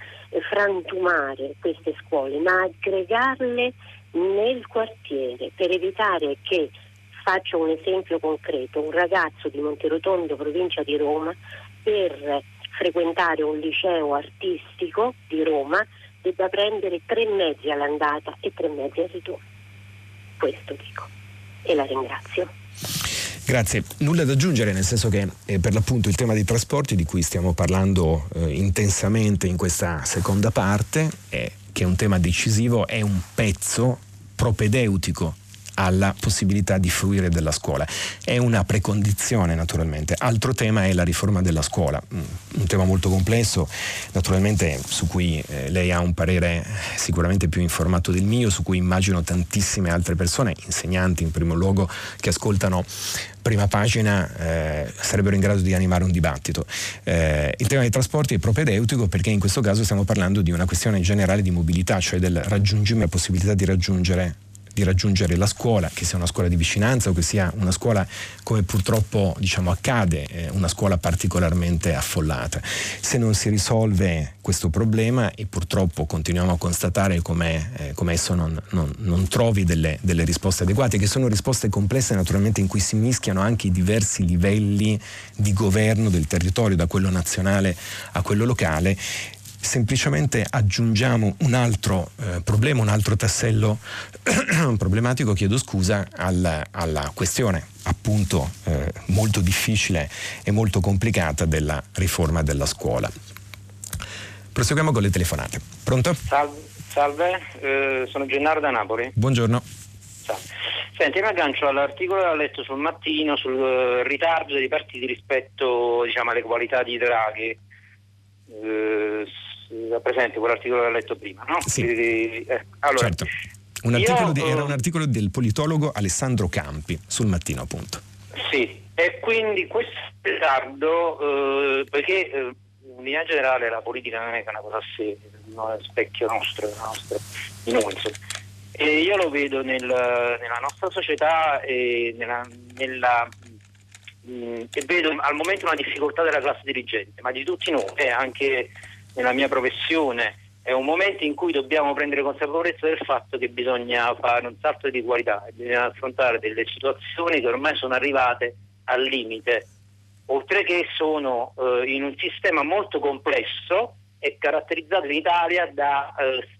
frantumare queste scuole, ma aggregarle nel quartiere, per evitare che, faccio un esempio concreto, un ragazzo di Monterotondo, provincia di Roma, per frequentare un liceo artistico di Roma debba prendere 3 mezzi all'andata e 3 mezzi al ritorno. Questo dico e la ringrazio. Grazie. Nulla da aggiungere, nel senso che per l'appunto il tema dei trasporti, di cui stiamo parlando intensamente in questa seconda parte, che è un tema decisivo, è un pezzo propedeutico alla possibilità di fruire della scuola. È una precondizione naturalmente. Altro tema è la riforma della scuola, un tema molto complesso naturalmente, su cui lei ha un parere sicuramente più informato del mio, su cui immagino tantissime altre persone, insegnanti in primo luogo, che ascoltano Prima Pagina, sarebbero in grado di animare un dibattito. Il tema dei trasporti è propedeutico perché in questo caso stiamo parlando di una questione generale di mobilità, cioè del raggiungimento, la possibilità di raggiungere la scuola, che sia una scuola di vicinanza o che sia una scuola, come purtroppo accade, una scuola particolarmente affollata. Se non si risolve questo problema, e purtroppo continuiamo a constatare come esso non trovi delle risposte adeguate, che sono risposte complesse naturalmente, in cui si mischiano anche i diversi livelli di governo del territorio, da quello nazionale a quello locale, semplicemente aggiungiamo un altro problema, un altro tassello problematico, alla questione appunto molto difficile e molto complicata della riforma della scuola. Proseguiamo con le telefonate. Pronto? Salve, sono Gennaro da Napoli. Buongiorno. Salve. Senti, mi aggancio all'articolo che ho letto sul Mattino sul ritardo dei partiti rispetto alle qualità di Draghi. Presente quell'articolo che ho letto prima, no? Sì. Allora, certo. Era un articolo del politologo Alessandro Campi sul Mattino, appunto. Sì, e quindi questo ritardo, perché in linea generale la politica non è che è una cosa seria, non è specchio nostro, di noi, insomma. E io lo vedo nella nostra società e e vedo al momento una difficoltà della classe dirigente, ma di tutti noi, anche nella mia professione. È un momento in cui dobbiamo prendere consapevolezza del fatto che bisogna fare un salto di qualità, bisogna affrontare delle situazioni che ormai sono arrivate al limite oltre che sono in un sistema molto complesso e caratterizzato in Italia da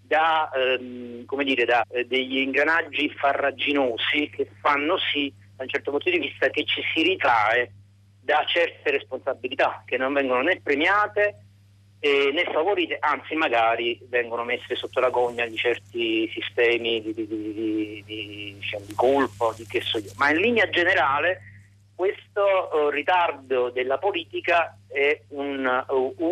degli ingranaggi farraginosi che fanno sì, da un certo punto di vista, che ci si ritrae da certe responsabilità che non vengono né premiate né favorite, anzi magari vengono messe sotto la gogna di certi sistemi di colpa, di che so io. Ma in linea generale questo ritardo della politica è un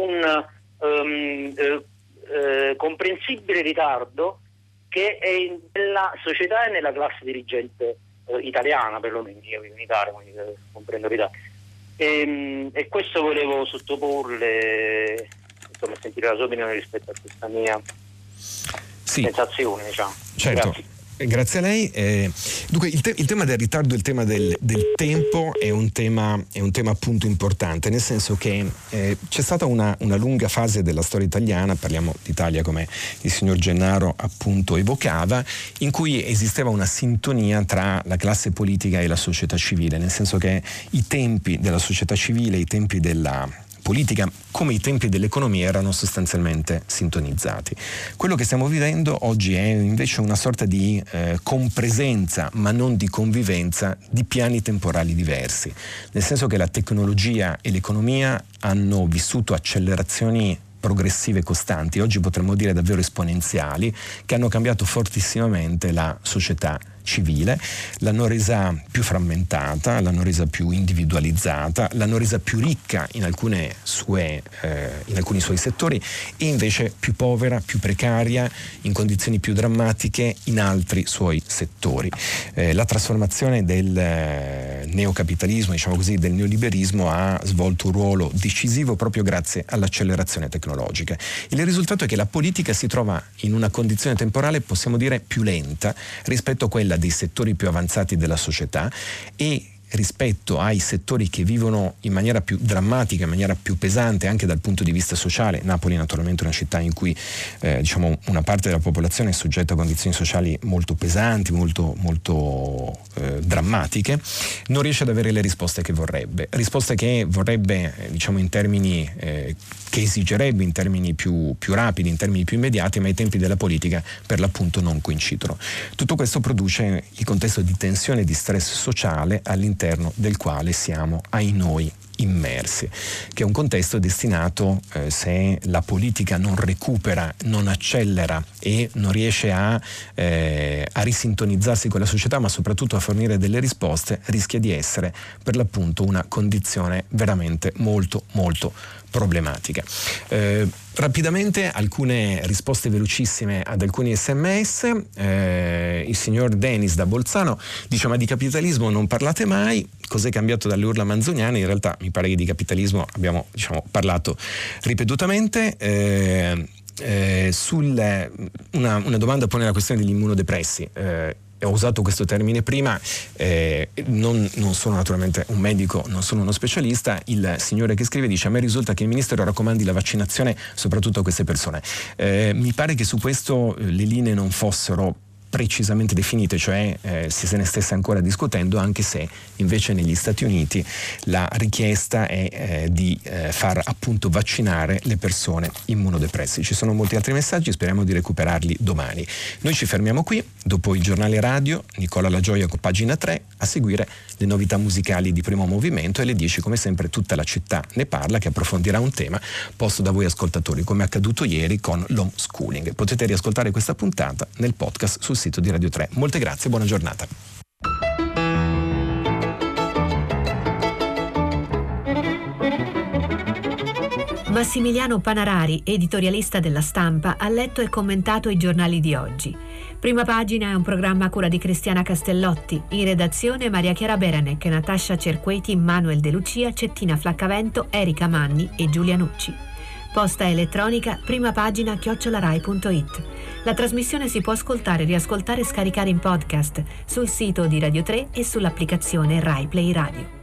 comprensibile ritardo che è nella società e nella classe dirigente italiana, perlomeno io vivo in Italia, quindi comprendo l'Italia. E questo volevo sottoporle, insomma, sentire la sua opinione rispetto a questa mia sensazione, diciamo. Certo. Grazie a lei. Dunque il tema del ritardo, il tema del tempo è un tema appunto importante, nel senso che c'è stata una lunga fase della storia italiana, parliamo d'Italia come il signor Gennaro appunto evocava, in cui esisteva una sintonia tra la classe politica e la società civile, nel senso che i tempi della società civile, i tempi della politica, come i tempi dell'economia, erano sostanzialmente sintonizzati. Quello che stiamo vivendo oggi è invece una sorta di compresenza, ma non di convivenza, di piani temporali diversi, nel senso che la tecnologia e l'economia hanno vissuto accelerazioni progressive costanti, oggi potremmo dire davvero esponenziali, che hanno cambiato fortissimamente la società civile, l'hanno resa più frammentata, l'hanno resa più individualizzata, l'hanno resa più ricca in alcuni suoi settori e invece più povera, più precaria, in condizioni più drammatiche in altri suoi settori. La trasformazione del neocapitalismo, diciamo così, del neoliberismo ha svolto un ruolo decisivo proprio grazie all'accelerazione tecnologica. Il risultato è che la politica si trova in una condizione temporale, possiamo dire, più lenta rispetto a quella dei settori più avanzati della società e rispetto ai settori che vivono in maniera più drammatica, in maniera più pesante anche dal punto di vista sociale. Napoli naturalmente è una città in cui una parte della popolazione è soggetta a condizioni sociali molto pesanti, molto drammatiche, non riesce ad avere le risposte che vorrebbe in termini che esigerebbe in termini più rapidi, in termini più immediati, ma i tempi della politica per l'appunto non coincidono. Tutto questo produce il contesto di tensione e di stress sociale all'interno del quale siamo, ai noi, immersi, che è un contesto destinato, se la politica non recupera, non accelera e non riesce a risintonizzarsi con la società, ma soprattutto a fornire delle risposte, rischia di essere per l'appunto una condizione veramente molto molto problematica. Rapidamente alcune risposte velocissime ad alcuni SMS. Il signor Denis da Bolzano dice: ma di capitalismo non parlate mai, cos'è cambiato dalle urla manzoniane? In realtà mi pare che di capitalismo abbiamo parlato ripetutamente. Una domanda pone la questione degli immunodepressi. Ho usato questo termine prima, non sono naturalmente un medico, non sono uno specialista. Il signore che scrive dice: a me risulta che il Ministero raccomandi la vaccinazione soprattutto a queste persone. Mi pare che su questo le linee non fossero precisamente definite, cioè se ne stesse ancora discutendo, anche se invece negli Stati Uniti la richiesta è di far appunto vaccinare le persone immunodepressi. Ci sono molti altri messaggi, speriamo di recuperarli domani. Noi ci fermiamo qui, dopo il giornale radio Nicola La Gioia con pagina 3, a seguire le novità musicali di Primo Movimento, e alle 10 come sempre Tutta la città ne parla, che approfondirà un tema posto da voi ascoltatori, come è accaduto ieri con l'homeschooling. Potete riascoltare questa puntata nel podcast sul sito di Radio 3. Molte grazie, buona giornata. Massimiliano Panarari, editorialista della Stampa, ha letto e commentato i giornali di oggi. Prima Pagina è un programma a cura di Cristiana Castellotti, in redazione Maria Chiara Beranec, Natascia Cerqueti, Manuel De Lucia, Cettina Flaccavento, Erika Manni e Giulia Nucci. Posta elettronica primapagina@rai.it. La trasmissione si può ascoltare, riascoltare e scaricare in podcast sul sito di Radio 3 e sull'applicazione Rai Play Radio.